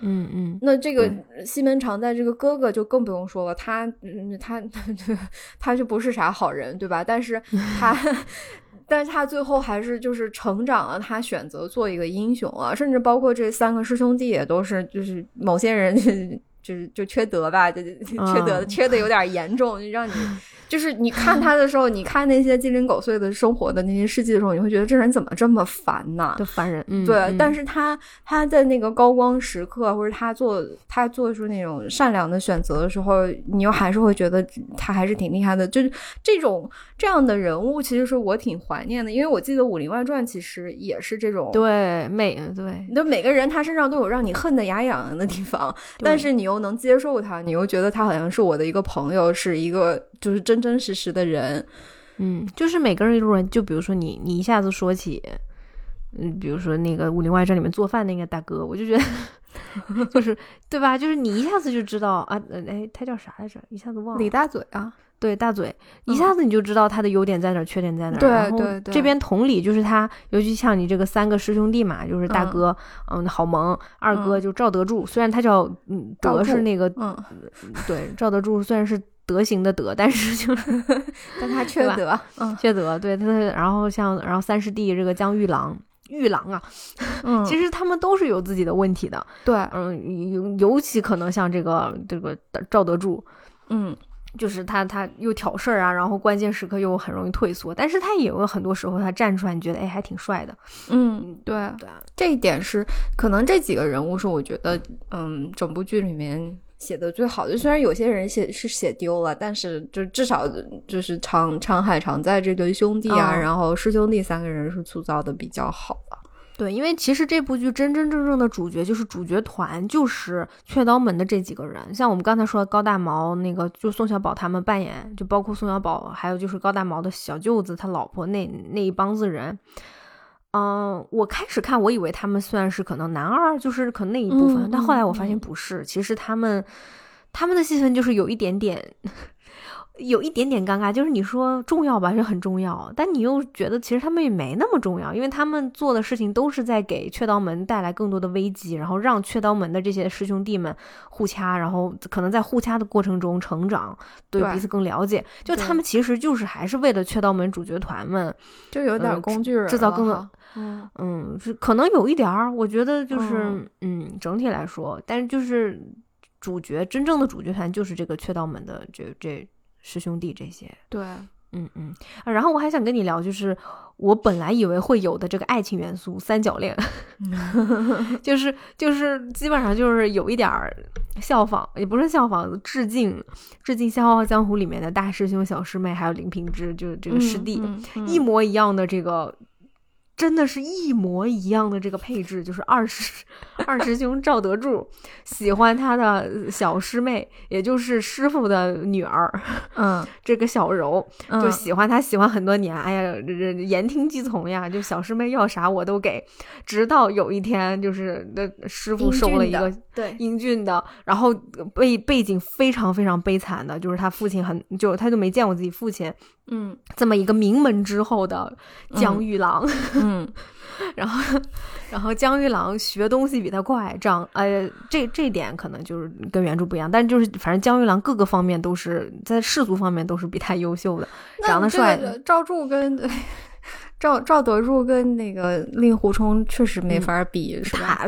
嗯嗯， 那这个西门常在这个哥哥就更不用说了，他嗯他他就不是啥好人，对吧？但是他但是他最后还是就是成长了，他选择做一个英雄了，甚至包括这三个师兄弟也都是就是某些人就是就缺德吧，就缺德、嗯、缺的有点严重，就让你就是你看他的时候，你看那些鸡零狗碎的生活的那些事迹的时候，你会觉得这人怎么这么烦呢？ 就烦人。嗯， 对、 嗯。 但是他他在那个高光时刻，或者他做他做出那种善良的选择的时候，你又还是会觉得他还是挺厉害的。就是这种这样的人物，其实是我挺怀念的，因为我记得《武林外传》其实也是这种。 对，每对， 就每个人他身上都有让你恨得牙痒痒的地方，但是你又能接受他，你又觉得他好像是我的一个朋友，是一个就是真真实实的人。 嗯，就是每个人都人，就比如说你你一下子说起嗯，比如说那个《武林外传》里面做饭那个大哥，我就觉得就是对吧，就是你一下子就知道啊，哎他叫啥来着，一下子忘了。 李大嘴啊， 对，大嘴，一下子你就知道他的优点在哪儿，缺点在哪儿。 对然后对对， 这边同理就是他，尤其像你这个三个师兄弟嘛，就是大哥，嗯，嗯郝萌，二哥就赵德柱，虽然他叫嗯德是那个，嗯，对，赵德柱虽然是德行的德，但是就是但他缺德， 嗯，缺德，对他，然后像然后三师弟这个江玉郎。玉郎啊，嗯，其实他们都是有自己的问题的， 对， 嗯，尤尤其可能像这个这个赵德柱， 嗯， 就是他他又挑事儿啊，然后关键时刻又很容易退缩，但是他也有很多时候他站出来，你觉得哎还挺帅的， 嗯，对对， 这一点是可能这几个人物是我觉得嗯整部剧里面写的最好的，虽然有些人写是写丢了，但是就至少就是常常海常在这对兄弟啊、哦、然后师兄弟三个人是塑造的比较好了。 对，因为其实这部剧真真正正的主角就是主角团，就是雀刀门的这几个人，像我们刚才说的高大毛那个就宋小宝他们扮演，就包括宋小宝还有就是高大毛的小舅子他老婆那那一帮子人。嗯、呃，我开始看我以为他们算是可能男二，就是可能那一部分、嗯、但后来我发现不是、嗯、其实他们他们的戏份就是有一点点有一点点尴尬，就是你说重要吧是很重要，但你又觉得其实他们也没那么重要，因为他们做的事情都是在给雀刀门带来更多的危机，然后让雀刀门的这些师兄弟们互掐，然后可能在互掐的过程中成长，对彼此更了解，就他们其实就是还是为了雀刀门主角团们就有点工具人、呃、 制造更多嗯嗯，是可能有一点儿，我觉得就是嗯, 嗯整体来说，但是就是主角真正的主角团就是这个雀刀门的这这师兄弟这些。 对， 嗯嗯、啊、然后我还想跟你聊，就是我本来以为会有的这个爱情元素三角恋就是就是基本上就是有一点效仿，也不是效仿，致敬致敬《笑傲江湖》里面的大师兄小师妹还有林平之，就是这个师弟、 嗯嗯嗯、 一模一样的这个真的是一模一样的这个配置，就是二师二师兄赵德柱喜欢他的小师妹，也就是师傅的女儿， 嗯， 这个小柔、嗯、就喜欢他喜欢很多年，哎呀，言听计从呀，就小师妹要啥我都给，直到有一天就是那师傅收了一个对英俊的，然后背背景非常非常悲惨的，就是他父亲很就他就没见过自己父亲， 嗯， 这么一个名门之后的江玉郎。 嗯嗯， 然后，然后江玉郎学东西比他快，长呃，这这点可能就是跟原著不一样，但就是反正江玉郎各个方面都是在世俗方面都是比他优秀的，长得帅的。 赵柱跟赵赵德柱跟那个令狐冲确实没法比，嗯、是吧？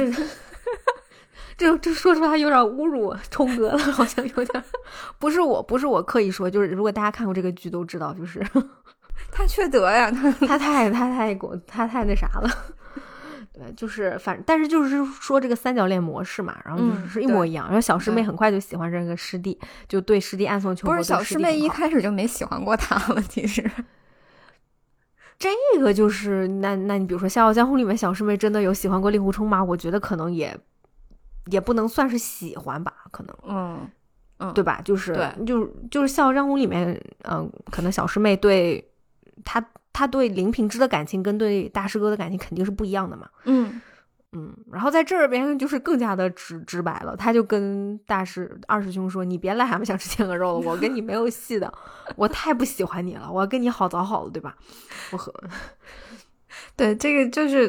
这这说出来有点侮辱冲哥了，好像有点，不是我不是我刻意说，就是如果大家看过这个剧都知道，就是。 他缺德呀，他他太他太他太那啥了，对，就是反正但是就是说这个三角恋模式嘛，然后就是一模一样，嗯、然后小师妹很快就喜欢这个师弟，就对师弟暗送秋波。 不是小师妹一开始就没喜欢过他了，其实这个就是那那你比如说《笑傲江湖》里面小师妹真的有喜欢过令狐冲吗？我觉得可能也也不能算是喜欢吧，可能嗯。嗯， 对吧？就是对， 就是就是《笑傲江湖》里面，嗯、呃，可能小师妹对他他对林平之的感情跟对大师哥的感情肯定是不一样的嘛。 嗯嗯，然后在这边就是更加的直直白了，他就跟大师二师兄说：“你别癞蛤蟆想吃天鹅肉了，我跟你没有戏的，我太不喜欢你了，我要跟你好早好了，对吧？”我和对这个就是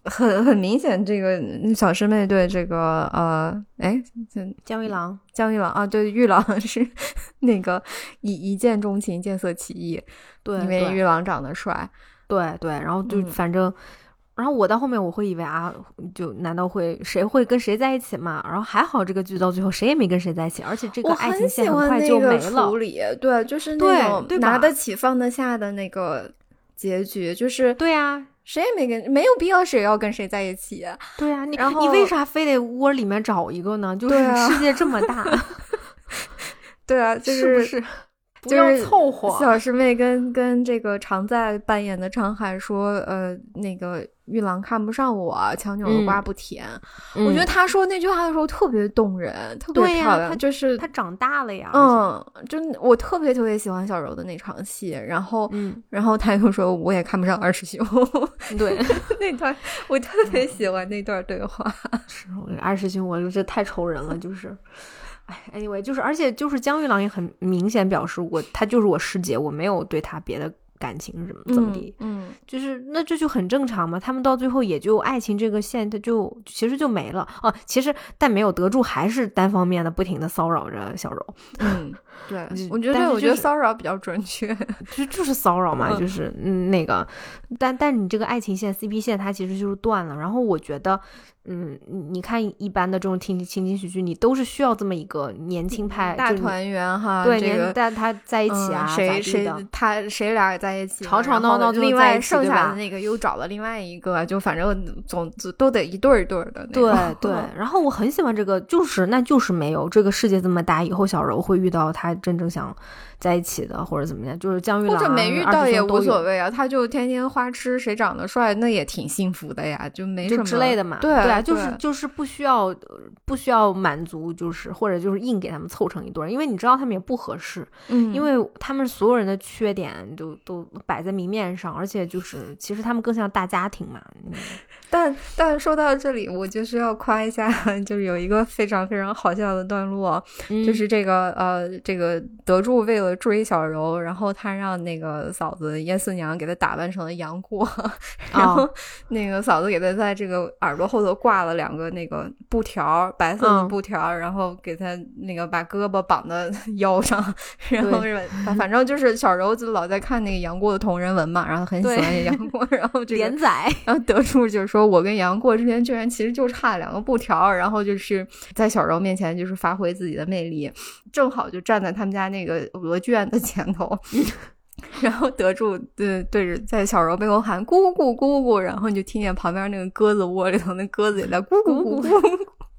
很很明显，这个小师妹对这个呃，哎， 江玉郎， 江玉郎啊，对，玉郎是那个一一见钟情，见色起意， 对， 因为玉郎长得帅， 对对，然后就嗯反正。然后我到后面我会以为啊，就难道会谁会跟谁在一起嘛？然后还好这个剧到最后谁也没跟谁在一起，而且这个爱情线很快就没了。 处理对，就是那种对拿得起放得下的那个结局，就是对啊， 谁也没跟，没有必要谁要跟谁在一起。 对啊，你然后你为啥非得窝里面找一个呢？就是世界这么大， 对啊，就是不是？ 就是不要凑合。 小师妹跟跟这个常在扮演的长海说，呃，那个玉郎看不上我，强扭的瓜不甜。 嗯、 我觉得他说那句话的时候特别动人，特别漂亮。 他就是他长大了呀。 嗯，就我特别特别喜欢小柔的那场戏，然后， 嗯， 然后他又说我也看不上二师兄。 对， 那段我特别喜欢那段对话。 是二师兄，我这太愁人了，就是。哎 ，anyway， 就是，而且就是江玉郎也很明显表示我，他就是我师姐，我没有对他别的感情什么怎么地， 嗯，嗯就是那这就很正常嘛。他们到最后也就爱情这个线，他就其实就没了哦、啊。其实但没有得住，还是单方面的不停的骚扰着小柔。 嗯，对，我觉得、 就是、 我觉得骚扰比较准确， 就就是骚扰嘛，就是嗯那个，但但你这个爱情线 C P 线它其实就是断了。然后我觉得。嗯，你看一般的这种情情景喜剧，你都是需要这么一个年轻派大团圆哈， 对， 这个年但他在一起啊， 嗯、谁谁他谁俩在一起， 吵吵闹闹， 另外剩下的那个又找了另外一个，就反正总都得一对一对的。 对对，然后我很喜欢这个，就是那就是没有这个世界这么大，以后小柔会遇到他真正想在一起的，或者怎么样，就是江玉郎或者没遇到也无所谓啊，他就天天花痴，谁长得帅那也挺幸福的呀，就没什么之类的嘛， 对。 对啊，就是就是不需要不需要满足，就是或者就是硬给他们凑成一对儿，因为你知道他们也不合适， 嗯， 因为他们所有人的缺点都都摆在明面上，而且就是其实他们更像大家庭嘛。 但但说到这里，我就是要夸一下，就是有一个非常非常好笑的段落， 嗯、 就是这个呃这个德柱为了追小柔，然后他让那个嫂子燕四娘给他打扮成了杨过，然后那个嫂子给他在这个耳朵后头挂了两个那个布条，白色的布条，嗯、然后给他那个把胳膊绑在腰上，然后反正就是小柔就老在看那个杨过的同人文嘛，然后很喜欢杨过，然后这个连载， 然后德柱就说我跟杨过之间居然其实就差两个布条，然后就是在小柔面前就是发挥自己的魅力，正好就站在他们家那个鹅圈的前头。然后德柱对对着在小柔背后喊咕咕咕咕，然后你就听见旁边那个鸽子窝里头那鸽子也在咕咕咕咕。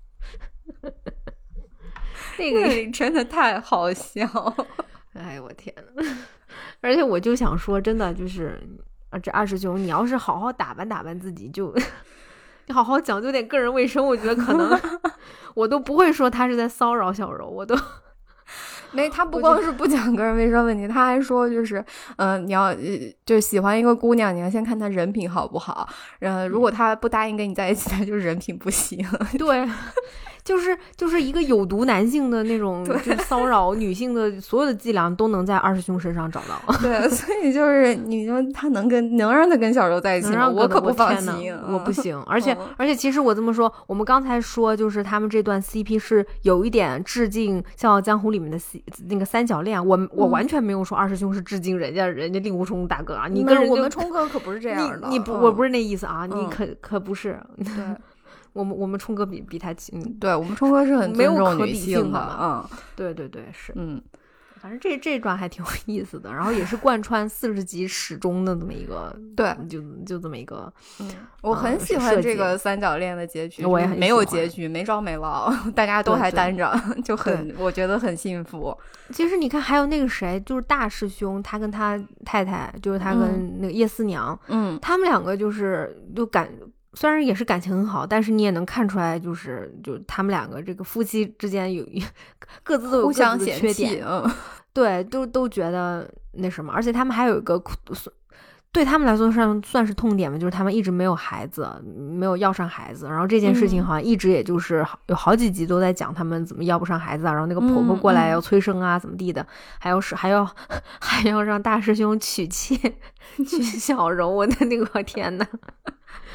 那个真的太好笑， 哎我天哪！而且我就想说，真的就是这二师兄，你要是好好打扮打扮自己，就你好好讲究点个人卫生，我觉得可能我都不会说他是在骚扰小柔，我都。 没，他不光是不讲个人卫生问题，他还说就是，嗯、呃，你要就喜欢一个姑娘，你要先看她人品好不好。呃，如果她不答应跟你在一起，她就人品不行。 对，就是就是一个有毒男性的那种，就骚扰女性的所有的伎俩都能在二师兄身上找到。 对，所以就是你说他能跟能让他跟小柔在一起吗？我可不放心， 我不行。而且、嗯、而且，其实我这么说，我们刚才说就是他们这段 C P 是有一点致敬《笑傲江湖》里面的 C 那个三角恋，我我完全没有说二师兄是致敬人家、嗯、人家令狐冲大哥啊，你跟人我们冲哥可不是这样的， 你, 你不、 嗯、 我不是那意思啊， 嗯、 你可可不是。 对。 我们我们冲哥比比他嗯， 对我们冲哥是很尊重女性的啊、嗯，对对对是， 嗯， 反正这这段还挺有意思的，然后也是贯穿四十集始终的这么一个， 对， 就就这么一个， 嗯，我很喜欢这个三角恋的结局， 我也很没有结局，没着没落，大家都还单着，就很我觉得很幸福。 其实你看，还有那个谁，就是大师兄，他跟他太太，就是他跟那个叶四娘， 嗯， 他们两个就是就感。虽然也是感情很好，但是你也能看出来，就是就他们两个这个夫妻之间有各自都有各自的缺点， 嗯， 对，都都觉得那什么，而且他们还有一个对他们来说算算是痛点嘛，就是他们一直没有孩子，没有要上孩子，然后这件事情好像一直也就是有好几集都在讲他们怎么要不上孩子啊，然后那个婆婆过来要催生啊，怎么地的，还要是还要还要让大师兄娶妾娶小柔，我的那个天哪！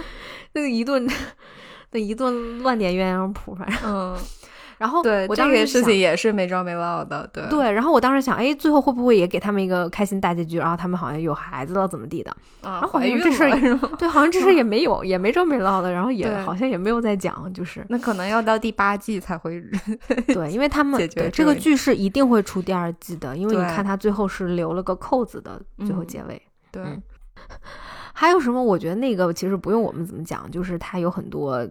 那个一顿那一顿乱点鸳鸯谱，反正嗯。 然后对， 我当时这个事情也是没着没落的，对对。然后我当时想，哎，最后会不会也给他们一个开心大结局？然后他们好像有孩子了，怎么地的？ 啊， 然后怀孕这事儿是吗？ 对，好像这事儿也没有，也没着没落的。然后也对好像也没有再讲，就是那可能要到第八季才会对，因为他们解决对这个这剧是一定会出第二季的，因为你对看他最后是留了个扣子的最后结尾。 对、 嗯，还有什么？我觉得那个其实不用我们怎么讲，就是它有很多。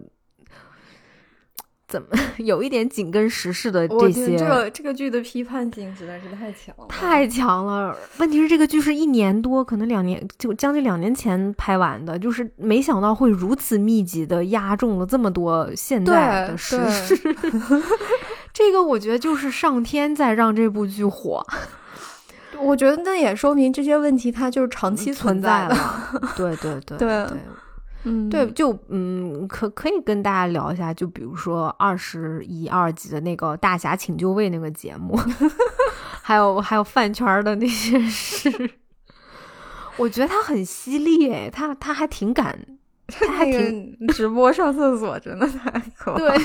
怎么有一点紧跟时事的这些， 这个这个剧的批判性实在是太强了， 太强了。问题是这个剧是一年多，可能两年，就将近两年前拍完的，就是没想到会如此密集的压中了这么多现在的时事。这个我觉得就是上天在让这部剧火。 我觉得那也说明这些问题它就是长期存在了。对对对对对。 嗯， 对，就嗯，可可以跟大家聊一下，就比如说二十一二集的那个大侠请就位那个节目，还有还有饭圈的那些事，我觉得他很犀利哎，他他还挺敢，他还挺直播上厕所真的太可怕。 对，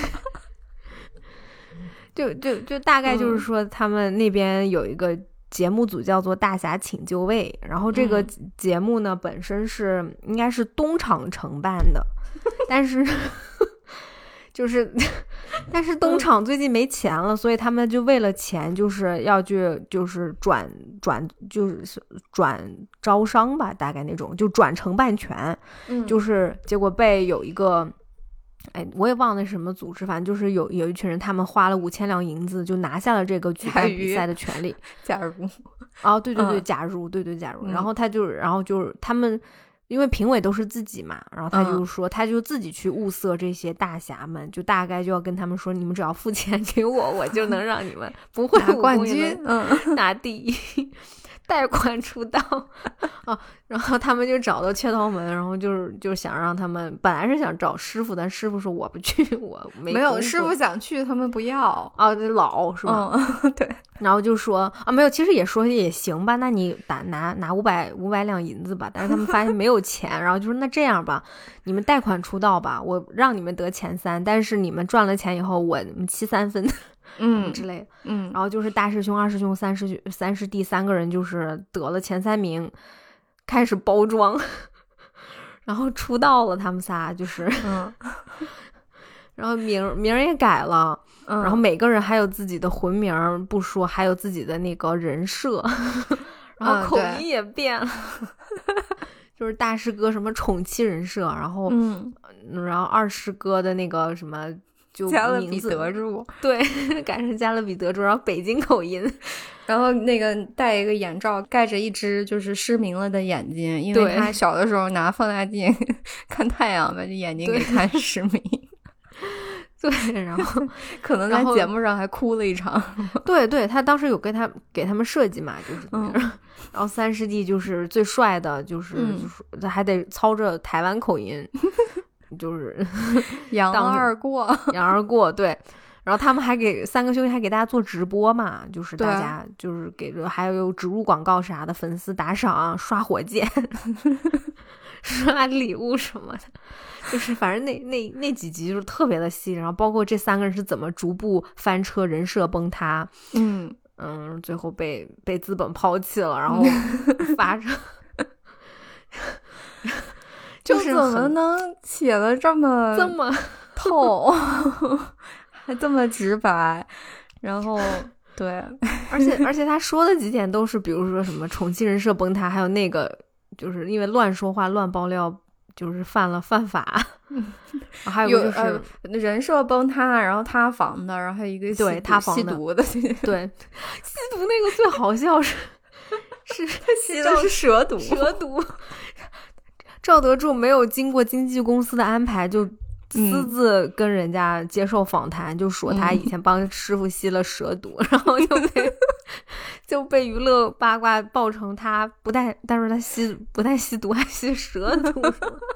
就就就大概就是说他们那边有一个。节目组叫做大侠请就位，然后这个节目呢、嗯、本身是应该是东厂承办的，但是就是但是东厂最近没钱了，所以他们就为了钱就是要去就是转转就是转招商吧，大概那种就转承办权、嗯、就是结果被有一个哎，我也忘了什么组织，反正就是有有一群人，他们花了五千两银子就拿下了这个举办比赛的权利。 假如， 哦，对对对， 嗯、 假如，对对假如、 嗯。 然后他就，然后就是他们，因为评委都是自己嘛，然后他就说，嗯、他就自己去物色这些大侠们，就大概就要跟他们说，你们只要付钱给我，我就能让你们不会拿冠军， 嗯，拿第一。贷款出道哦，然后他们就找到雀刀门，然后就是就想让他们本来是想找师傅，但师傅说我不去，我没没有师傅想去，他们不要啊，这老是吧？ 嗯，对。 然后就说啊，没有，其实也说也行吧，那你打拿拿五百五百两银子吧，但是他们发现没有钱，然后就说那这样吧，你们贷款出道吧，我让你们得前三，但是你们赚了钱以后，我七三分。 嗯之类的， 嗯， 然后就是大师兄、二师兄、三师三师弟三个人就是得了前三名，开始包装，然后出道了，他们仨就是， 嗯， 然后名名也改了， 嗯， 然后每个人还有自己的魂名不说，还有自己的那个人设，然后口音也变了。嗯就是大师哥什么宠妻人设，然后， 嗯， 然后二师哥的那个什么。就加勒比德柱， 对，改成加勒比德柱，然后北京口音， 然后那个戴一个眼罩，盖着一只就是失明了的眼睛，因为他小的时候拿放大镜看太阳，把这眼睛给看失明。 对，然后可能在节目上还哭了一场。 对对，他当时有跟他给他们设计嘛，就是、嗯，然后三师弟就是最帅的，就是、嗯、就是还得操着台湾口音。就是扬而过， 扬而过，对。然后他们还给三个兄弟还给大家做直播嘛，就是大家就是给着还有植入广告啥的，粉丝打赏、刷火箭、刷礼物什么的，就是反正那那那几集就是特别的细，然后包括这三个人是怎么逐步翻车、人设崩塌， 嗯嗯，最后被被资本抛弃了，然后发生。 就是怎么能写的这么这么透，还这么直白，然后对， 而且而且他说的几点都是，比如说什么宠妻人设崩塌，还有那个就是因为乱说话、乱爆料，就是犯了犯法。还有就是、 呃、人设崩塌，然后塌房的，然后还有一个对塌房吸毒的， 对，吸毒那个最好笑是是吸的是蛇毒， 蛇毒。赵德柱没有经过经纪公司的安排，就私自跟人家接受访谈，嗯、就说他以前帮师傅吸了蛇毒，嗯、然后就被就被娱乐八卦爆成他不但，但是他吸不但吸毒，还吸蛇毒。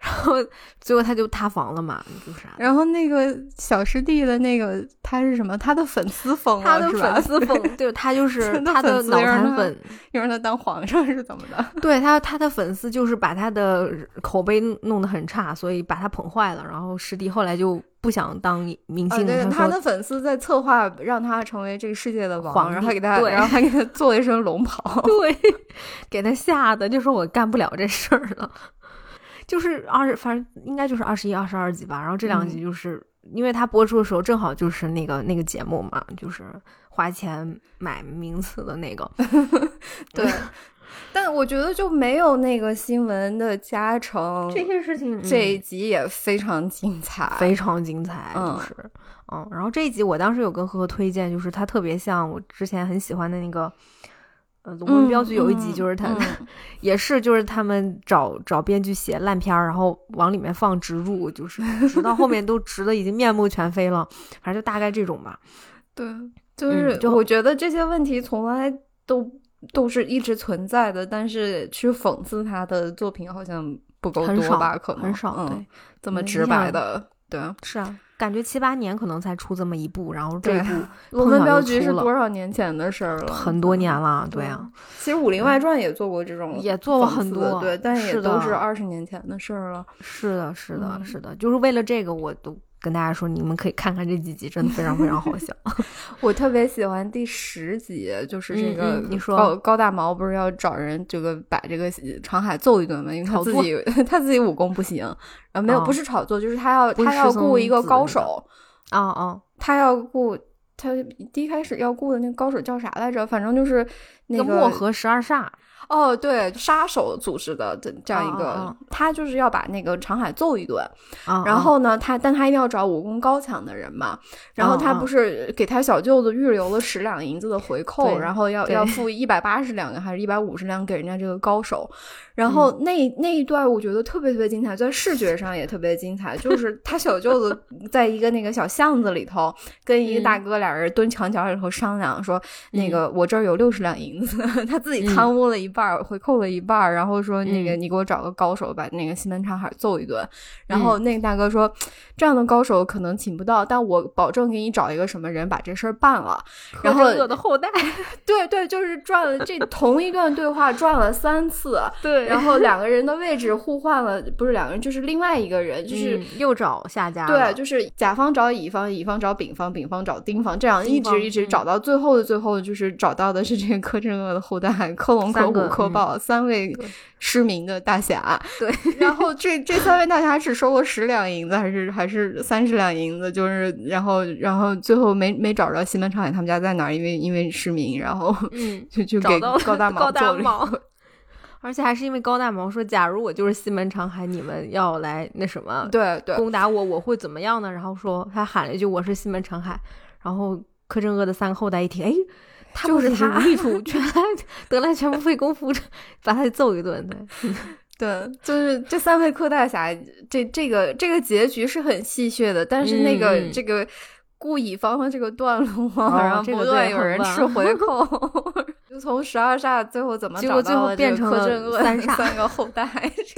然后最后他就塌房了嘛，就是、啊。 然后那个小师弟的那个他是什么？他的粉丝疯了， 他的粉丝疯，对，他就是他的脑残粉， 又让他当皇上是怎么的？ 对他，他的粉丝就是把他的口碑弄得很差，所以把他捧坏了。然后师弟后来就不想当明星了、 啊、对， 他他的粉丝在策划让他成为这个世界的王， 皇然后还给他， 对然后还给他做了一身龙袍， 对，给他吓得就说我干不了这事儿了。就是二十，反正应该就是二十一、二十二集吧。然后这两集就是、嗯、因为他播出的时候正好就是那个那个节目嘛，就是花钱买名次的那个。 对，但我觉得就没有那个新闻的加成， 这些事情、嗯、 这一集也非常精彩， 非常精彩，就是嗯, 嗯。然后这一集我当时有跟呵呵推荐，就是他特别像我之前很喜欢的那个。呃，龙门镖局有一集就是他、嗯嗯、也是就是他们找找编剧写烂片，然后往里面放植入，就是直到后面都直的已经面目全非了，反正就大概这种吧。 对，就是、嗯、就我觉得这些问题从来都都是一直存在的，但是去讽刺他的作品好像不够多吧，可能很少， 嗯、 对， 这么直白的，对， 是啊。感觉七八年可能才出这么一部，然后这部《 龙门镖局》是多少年前的事儿了？ 很多年了，对啊。 其实《武林外传》也做过这种， 也做过很多， 对，但也都是二十年前的事儿了。 是的，是的，是的，就是为了这个，我都跟大家说，你们可以看看这几集，真的非常非常好笑。 我特别喜欢第十集，就是这个、 嗯嗯、你说高高大毛不是要找人这个把这个长海揍一顿吗？因为他自己他自己武功不行，然后没有、哦、不是炒作，就是他要他要雇一个高手。 哦哦， 他要雇他第一开始要雇的那个高手叫啥来着？反正就是那个漠河十二煞。 哦，对，杀手组织的这样一个、 哦哦、 他就是要把那个长海揍一顿、 哦、 然后呢他但他一定要找武功高强的人嘛，然后他不是给他小舅子预留了十两银子的回扣，然后要要付一百八十两还是一百五十两给人家这个高手，然后那、嗯、那一段我觉得特别特别精彩，在视觉上也特别精彩，就是他小舅子在一个那个小巷子里头跟一个大哥俩人蹲墙角里头商量说、嗯、那个我这儿有六十两银子，他自己贪污了一半、嗯、回扣了一半，然后说那个你给我找个高手把那个西门长海揍一顿、嗯、然后那个大哥说这样的高手可能请不到，但我保证给你找一个什么人把这事儿办了。然后我的后代对对，就是转了这同一段对话转了三次， 对， 然后两个人的位置互换了，不是两个人就是另外一个人，就是、 嗯、又找下家了， 对，就是甲方找乙方，乙方找丙方，丙方找丁方，这样一直一直找到最后的最后，就是找到的是这个柯镇恶的后代柯龙柯虎柯豹、嗯、三位失明的大侠， 对， 然后这这三位大侠只收了十两银子还是还是三十两银子，就是然后然后最后没没找着西门长海他们家在哪儿，因为因为失明，然后嗯就就给高大毛做了，而且还是因为高大毛说假如我就是西门长海，你们要来那什么对对攻打我我会怎么样呢，然后说他喊了一句我是西门长海，然后柯镇恶的三个后代一听，哎，他就是他无力处全来得来全不费功夫把他揍一顿，对对，就是这三位柯大侠，这这个这个结局是很戏谑的，但是那个、嗯、这个顾乙方的这个段落、哦、然后不断有人吃回扣，就从十二煞最后怎么找到了变成了三煞三个后代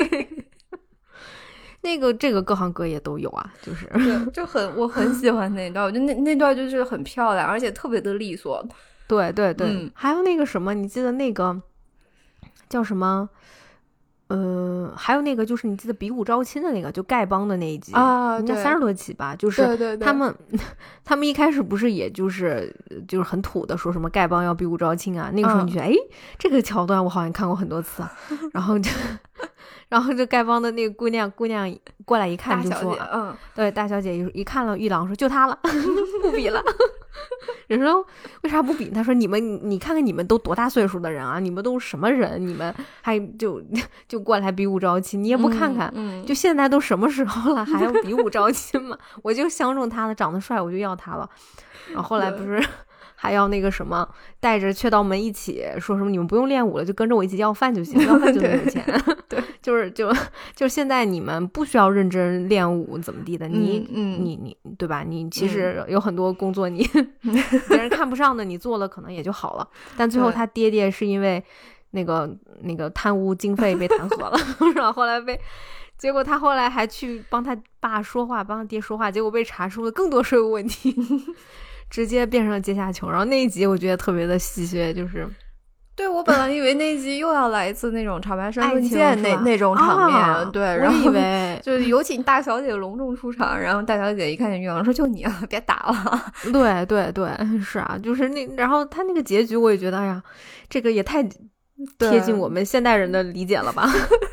那个这个各行各业都有啊，就是对，就很我很喜欢那段，我觉得那那段就是很漂亮，而且特别的利索。 对对对、 嗯、 还有那个什么，你记得那个叫什么呃，还有那个就是你记得比武招亲的那个，就丐帮的那一集啊， 应该三十多集吧，就是他们对对对他们一开始不是也就是就是很土的说什么丐帮要比武招亲啊，那个时候你觉得哎、嗯，这个桥段我好像看过很多次啊，然后就然后这丐帮的那个姑娘姑娘过来一看就说， 嗯， 对，大小姐一看了玉郎说就他了不比了人说为啥不比，他说你们你看看你们都多大岁数的人啊，你们都什么人，你们还就就过来比武招亲，你也不看看、 嗯嗯、 就现在都什么时候了还要比武招亲吗我就相中他了，长得帅我就要他了，然后后来不是还要那个什么带着雀刀门一起说什么你们不用练武了，就跟着我一起要饭就行要饭就能有钱对就是就就是现在你们不需要认真练武怎么地的，你、 嗯、 你你对吧，你其实有很多工作你、嗯、别人看不上的你做了可能也就好了，但最后他爹爹是因为那个那个贪污经费被弹劾了然后后来被结果他后来还去帮他爸说话，帮他爹说话，结果被查出了更多税务问题，直接变成了阶下囚。然后那一集我觉得特别的戏谑，就是对，我本来以为那一集又要来一次那种长白山论剑那那种场面， 啊、 对，然后我以为就有请大小姐隆重出场，然后大小姐一看见玉郎说就你了，别打了。 对对对，是啊，就是那，然后他那个结局我也觉得，哎呀，这个也太贴近我们现代人的理解了吧。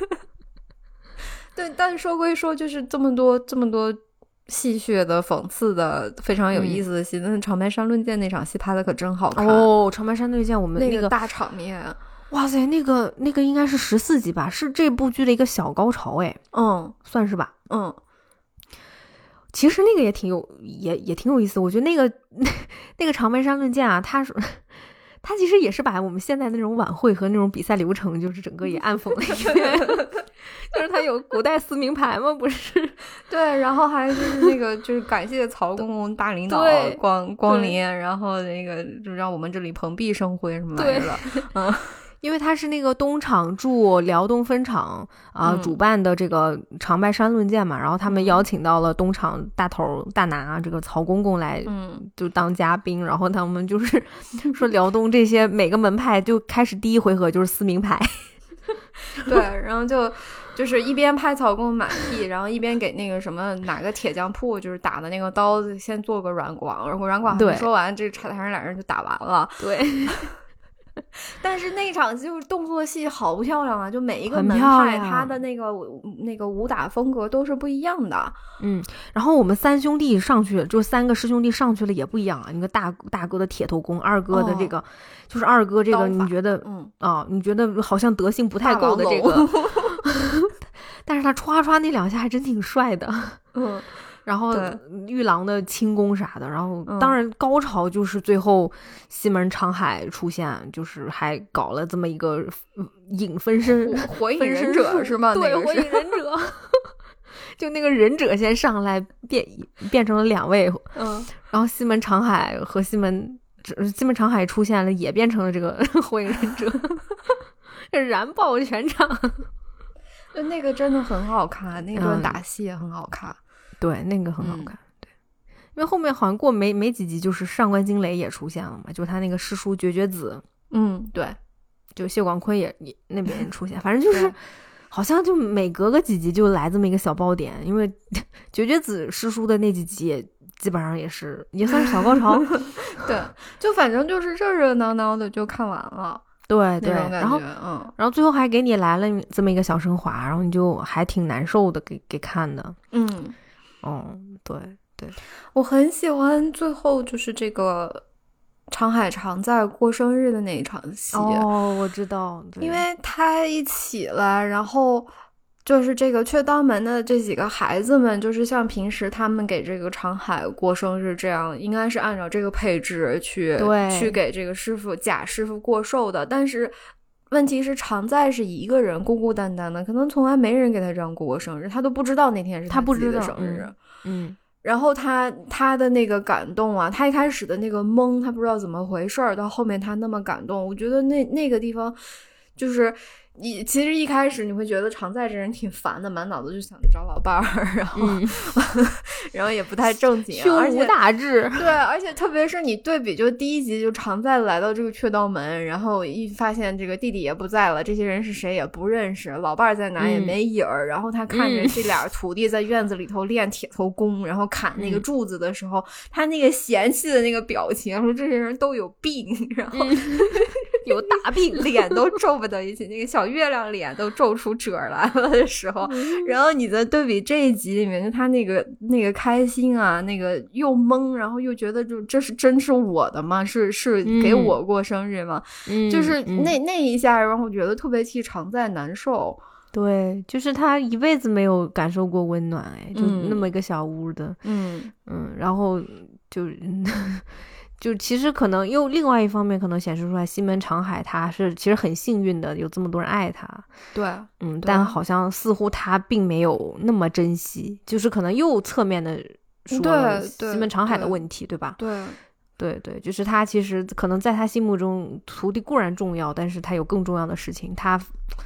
对，但说归说，就是这么多这么多戏谑的、讽刺的、非常有意思的戏。但是长白山论剑那场戏拍的可真好看哦！长白山论剑，我们那个、那个、 大场面， 哇塞，那个那个应该是十四集吧，是这部剧的一个小高潮，哎， 嗯， 算是吧， 嗯。 其实那个也挺有，也也挺有意思。我觉得那个那个长白山论剑啊，他说。他其实也是把我们现在那种晚会和那种比赛流程，就是整个也暗讽了一遍。就是他有古代撕名牌吗？不是， 对，然后还就是那个就是感谢曹公公大领导光光临，然后那个就让我们这里蓬荜生辉什么玩意儿的，嗯。 因为他是那个东厂驻辽东分厂啊、呃嗯、主办的这个长白山论剑嘛，然后他们邀请到了东厂大头大拿这个曹公公来， 嗯， 就当嘉宾，然后他们就是说辽东这些每个门派就开始第一回合就是撕名牌， 对，然后就就是一边拍曹公满地，然后一边给那个什么哪个铁匠铺就是打的那个刀子先做个软广，然后软广还没说完，这台上俩人就打完了， 对。 但是那场就是动作戏好漂亮啊，就每一个门派他的那个那个武打风格都是不一样的。 嗯，然后我们三兄弟上去，就三个师兄弟上去了也不一样啊。那个大大哥的铁头功，二哥的这个、哦、就是二哥这个，你觉得嗯啊，你觉得好像德性不太够的这个，但是他歘歘那两下还真挺帅的。 嗯。 然后玉郎的轻功啥的，然后当然高潮就是最后西门长海出现，就是还搞了这么一个影分身火影忍者是吗？ 对， 那个、 火影忍者就那个忍者先上来变变成了两位， 嗯， 然后西门长海和西门西门长海出现了，也变成了这个火影忍者燃爆全场。 就那个真的很好看，那段打戏也很好看。 嗯对，那个很好看、嗯、对，因为后面好像过没没几集就是上官金雷也出现了嘛，就他那个师叔绝绝子， 嗯，对， 就谢广坤也也那边出现，反正就是好像就每隔个几集就来这么一个小爆点，因为绝绝子师叔的那几集也基本上也是也算是小高潮。 对，就反正就是热热闹闹的就看完了。 对对，然后嗯， 然后最后还给你来了这么一个小升华，然后你就还挺难受的，给给看的。 嗯。 哦，对对， 我很喜欢最后就是这个长海常在过生日的那一场戏。 哦，我知道， 因为他一起来，然后就是这个雀刀门的这几个孩子们，就是像平时他们给这个长海过生日这样，应该是按照这个配置去去给这个师傅贾师傅过寿的，但是。问题是常在是一个人孤孤单单的，可能从来没人给他这样过过生日，他都不知道那天是他自己的生日。 嗯，嗯然后他他的那个感动啊，他一开始的那个懵，他不知道怎么回事儿，到后面他那么感动，我觉得那那个地方就是你其实一开始你会觉得常在这人挺烦的，满脑子就想着找老伴儿，然后、嗯、然后也不太正经， 胸无大志。 对，而且特别是你对比，就第一集就常在来到这个雀刀门，然后一发现这个弟弟也不在了，这些人是谁也不认识，老伴儿在哪也没影儿、嗯、然后他看着这俩徒弟在院子里头练铁头功、嗯、然后砍那个柱子的时候、嗯、他那个嫌弃的那个表情，说这些人都有病，然后、嗯、 有大病， 脸都皱不到一起，那个小月亮脸都皱出褶来了的时候、嗯、然后你再对比这一集里面，就他那个那个开心啊，那个又懵，然后又觉得就这是真是我的吗？是是给我过生日吗？嗯、就是那、嗯、那一下然后觉得特别替常在难受。 对，就是他一辈子没有感受过温暖，哎，就那么一个小屋的， 嗯嗯，然后就就其实可能又另外一方面可能显示出来，西门长海他是其实很幸运的，有这么多人爱他。 对， 嗯，但好像似乎他并没有那么珍惜，就是可能又侧面的说了西门长海的问题， 对, 对, 对吧？ 对， 对对，就是他其实可能在他心目中徒弟固然重要，但是他有更重要的事情，他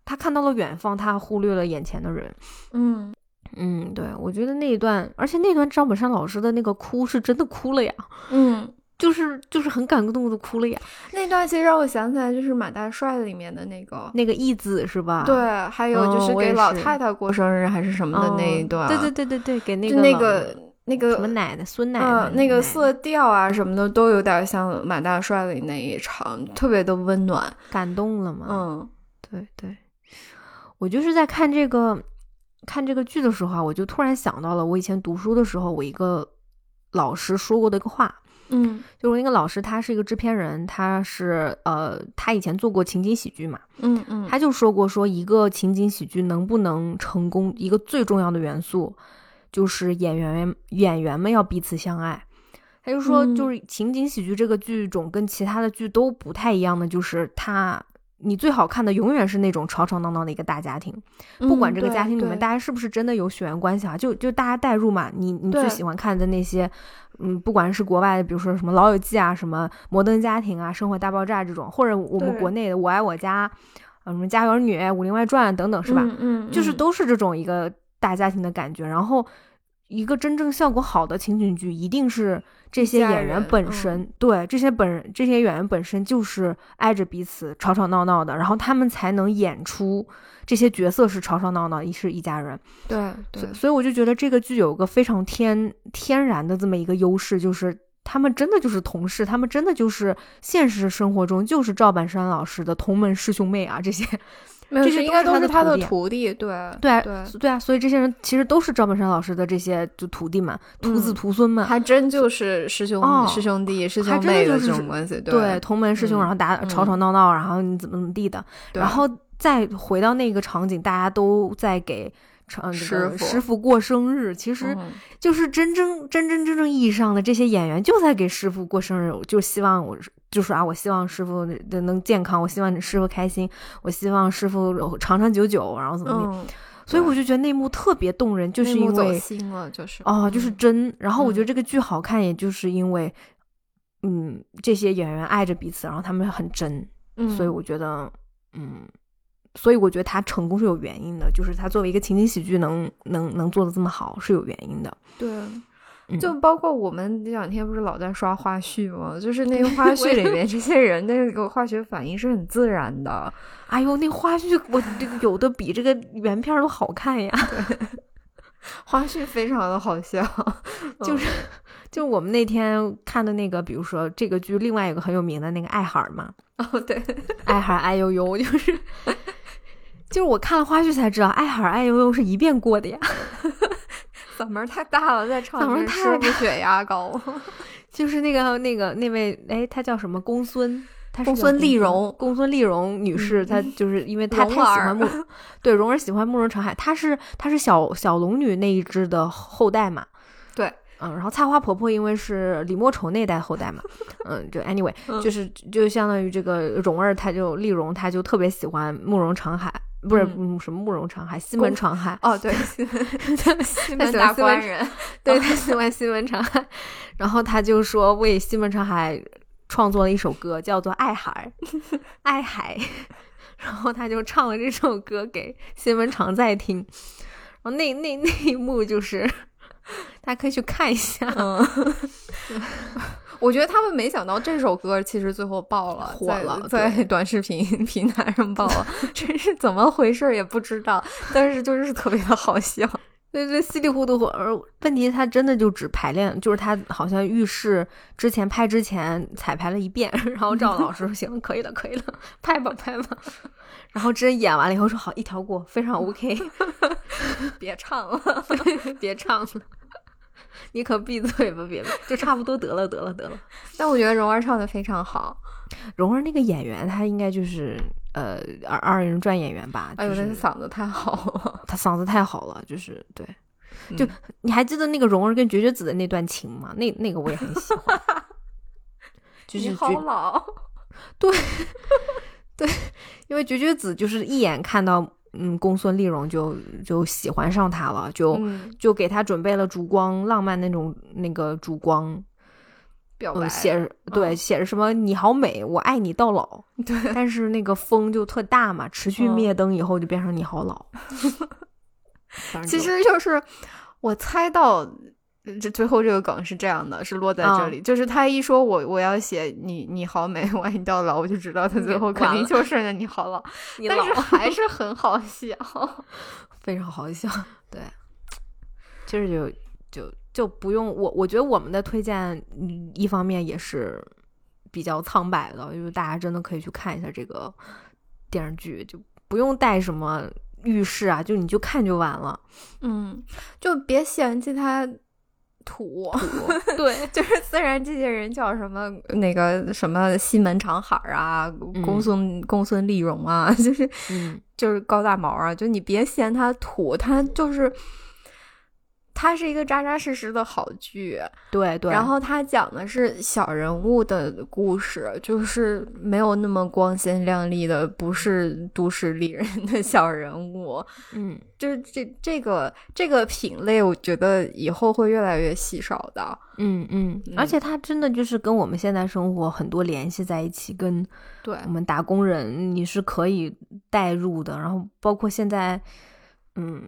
他看到了远方，他忽略了眼前的人。 嗯嗯，对，我觉得那一段，而且那段赵本山老师的那个哭是真的哭了呀。 嗯， 就是就是很感动的哭了呀。 那段其实让我想起来就是马大帅里面的那个那个义子是吧？ 对，还有就是给老太太过生日还是什么的那一段。 哦、对对对对对，给那个那个那个什么奶奶孙奶奶、 呃、那个色调啊什么的都有点像马大帅里那一场，特别的温暖， 感动了嘛。 嗯， 对对，我就是在看这个看这个剧的时候啊，我就突然想到了我以前读书的时候，我一个老师说过的一个话。 嗯， 就是那个老师，他是一个制片人，他是呃，他以前做过情景喜剧嘛， 嗯嗯， 他就说过，说一个情景喜剧能不能成功，一个最重要的元素就是演员演员们要彼此相爱。他就说，就是情景喜剧这个剧种跟其他的剧都不太一样的，就是他你最好看的永远是那种吵吵闹闹的一个大家庭，不管这个家庭里面大家是不是真的有血缘关系啊，就就大家代入嘛，你你最喜欢看的那些。嗯，不管是国外的，比如说什么《老友记》啊，什么《摩登家庭》啊，《生活大爆炸》这种，或者我们国内的《我爱我家》，呃，什么《家有儿女》《武林外传》等等，是吧？ 嗯 嗯, 嗯， 就是都是这种一个大家庭的感觉。然后，一个真正效果好的情景剧，一定是这些演员本身，嗯、对这些本这些演员本身就是爱着彼此，吵吵闹闹的，然后他们才能演出。这些角色是吵吵闹闹，是一家人， 对对， 所以，所以我就觉得这个剧有个非常天天然的这么一个优势，就是他们真的就是同事，他们真的就是现实生活中就是赵本山老师的同门师兄妹啊，这些，这些应该都是他的徒弟，对对对对啊，所以这些人其实都是赵本山老师的这些就徒弟们、徒子徒孙们， 嗯、还真就是师兄、哦、师兄弟、师兄妹的这种关系， 对, 对同门师兄， 嗯、 然后打吵吵闹闹，嗯、然后你怎么怎么地的，然后。再回到那个场景，大家都在给呃师傅师傅过生日，其实就是真正真真正正意义上的这些演员就在给师傅过生日，就希望我就说啊，我希望师傅能健康，我希望师傅开心，我希望师傅长长久久，然后怎么怎么。嗯所以我就觉得那幕特别动人，就是因为走心了，就是哦，就是真。然后我觉得这个剧好看，也就是因为嗯，这些演员爱着彼此，然后他们很真， 嗯， 所以我觉得嗯。所以我觉得他成功是有原因的，就是他作为一个情景喜剧能能能做的这么好是有原因的。 对，就包括我们这两天不是老在刷花絮吗？就是那个花絮里面这些人那个化学反应是很自然的。 哎呦，那花絮我这个有的比这个原片都好看呀。 花絮非常的好笑， 就是就我们那天看的那个，比如说这个剧另外一个很有名的那个爱海嘛。 哦，对， 爱海爱悠悠，就是就是我看了花絮才知道，爱海爱悠悠是一遍过的呀。 嗓门太大了，在唱嗓门太大， 血压高。 就是那个那个那位，哎，她叫什么？公孙。 公孙丽蓉， 公孙丽蓉女士，嗯、她就是因为她太喜欢慕，对蓉儿喜欢慕容长海，她是她是小小龙女那一支的后代嘛， 对， 嗯，然后菜花婆婆因为是李莫愁那代后代嘛，嗯，就 anyway，、嗯、就是就相当于这个蓉儿，她就丽蓉，她就特别喜欢慕容长海，不是、嗯、什么慕容长海，西门长海， 哦，对，西门大官人， 对，她喜欢西门长海，然后她就说为西门长海。创作了一首歌叫做《爱海》，爱海，然后他就唱了这首歌给新闻常在听，然后那那那一幕就是大家可以去看一下。 嗯，我觉得他们没想到这首歌其实最后爆了， 火了， 在, 在短视频平台上爆了，这是怎么回事也不知道，但是就是特别的好笑。 对对，稀里糊涂。而问题他真的就只排练，就是他好像浴室之前拍之前彩排了一遍，然后赵老师说行，可以了，可以了，拍吧拍吧。然后真演完了以后说好，一条过，非常 OK。 别唱了， 别唱了，你可闭嘴吧，别就差不多得了得了得了。 但我觉得蓉儿唱的非常好。 蓉儿那个演员，他应该就是呃二二人转演员吧？ 哎呦， 就是、 他嗓子太好了， 他嗓子太好了，就是对。就、嗯、你还记得那个蓉儿跟绝绝子的那段情吗？那那个我也很喜欢。就是你好老。 对对，因为绝绝子就是一眼看到嗯公孙丽蓉就就喜欢上他了，就、嗯、就给他准备了烛光，浪漫那种那个烛光。 表白， 呃、写着对、嗯、写着什么你好美，我爱你到老。 对， 但是那个风就特大嘛，持续灭灯以后就变成你好老。 嗯、其实就是我猜到。这最后这个梗是这样的，是落在这里，嗯、就是他一说我我要写你你好美，我爱你到老，我就知道他最后肯定就剩下你好老， 你老但是还是很好笑， 非常好笑。对，其实就就就不用我，我觉得我们的推荐，一方面也是比较苍白的，因为大家真的可以去看一下这个电视剧，就不用带什么预示啊，就你就看就完了。 嗯，就别嫌弃他。土, 土对，就是虽然这些人叫什么那个什么西门长海啊，嗯、公孙公孙丽蓉啊，就是、嗯、就是高大毛啊，就你别嫌他土，他就是他是一个扎扎实实的好剧， 对对。 然后他讲的是小人物的故事，就是没有那么光鲜亮丽的，不是都市丽人的小人物。 嗯， 就是这这个这个品类，我觉得以后会越来越稀少的。 嗯嗯，而且它真的就是跟我们现在生活很多联系在一起，跟对我们打工人你是可以代入的。然后包括现在，嗯。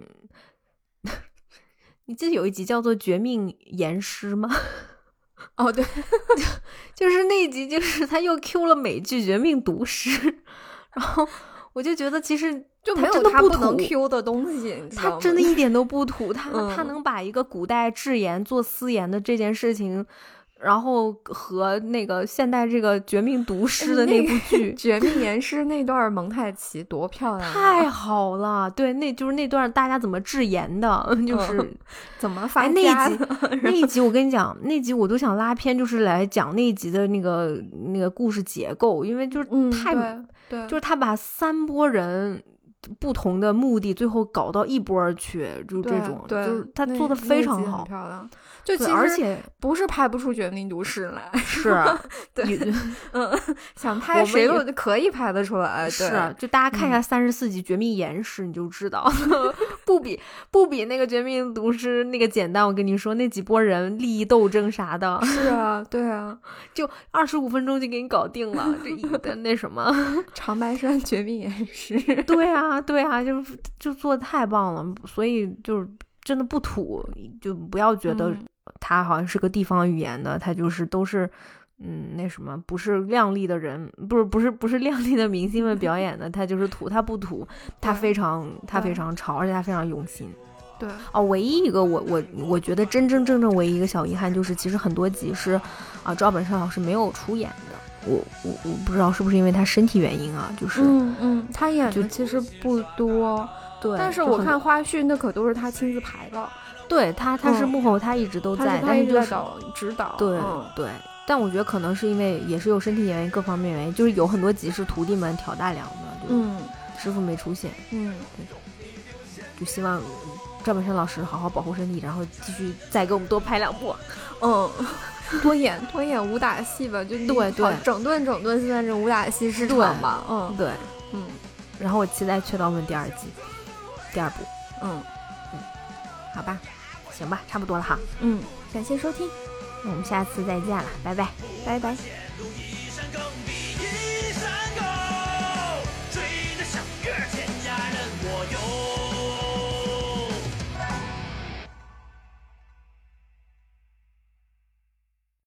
你记得有一集叫做《绝命严师》吗？ 哦，对， 就是那一集，就是他又 Q 了美剧《绝命毒师》，然后我就觉得其实就没有他不能 Q 的东西， 他真的一点都不土，他、 嗯、 他能把一个古代制盐做私盐的这件事情。然后和那个现代这个绝命毒师的那部剧、 那个、绝命严师那段蒙太奇多漂亮、啊、 太好了。对，那就是那段大家怎么制盐的，就是、嗯、 怎么发家、哎、那一集那一集我跟你讲，那集我都想拉片，就是来讲那一集的那个那个故事结构，因为就是太、 嗯、对, 对就是他把三拨人不同的目的最后搞到一波去，就这种， 对， 就是他做的非常好， 很漂亮。就其实而且不是拍不出绝命毒师来， 是对，嗯，想拍谁都可以拍得出来， 是，就大家看一下三十四集《绝命严师》，你就知道，不比不比那个绝命毒师那个简单。我跟你说，那几波人利益斗争啥的， 是啊，对啊， 就二十五分钟就给你搞定了，这一的那什么长白山绝命严师， 对啊，对啊，就就做的太棒了，所以就是真的不土，就不要觉得。嗯他好像是个地方语言的，他就是都是嗯那什么，不是靓丽的人，不是不是不是靓丽的明星们表演的，他就是土，他不土，他非常他非常潮，而且他非常用心。 对哦，唯一一个我我我觉得真真正正唯一一个小遗憾就是，其实很多集是啊赵本山老师没有出演的。我我我不知道是不是因为他身体原因啊，就是嗯嗯，他演的其实不多， 对， 但是我看花絮那可都是他亲自排的。 对他，他是幕后，他一直都在， 嗯、 但是就是在导指导， 对、 嗯、 对。但我觉得可能是因为也是有身体原因，各方面原因，就是有很多集是徒弟们挑大梁的， 嗯， 师傅没出现， 嗯， 对。就希望赵本山老师好好保护身体，然后继续再给我们多拍两部， 嗯，多演多演武打戏吧，就对对， 整顿整顿现在这武打戏市场吧，嗯， 对， 嗯。 然后我期待《雀刀门》第二季，第二部， 嗯嗯，好吧。行吧，差不多了哈。 嗯，感谢收听， 那我们下次再见了，拜拜， 拜拜。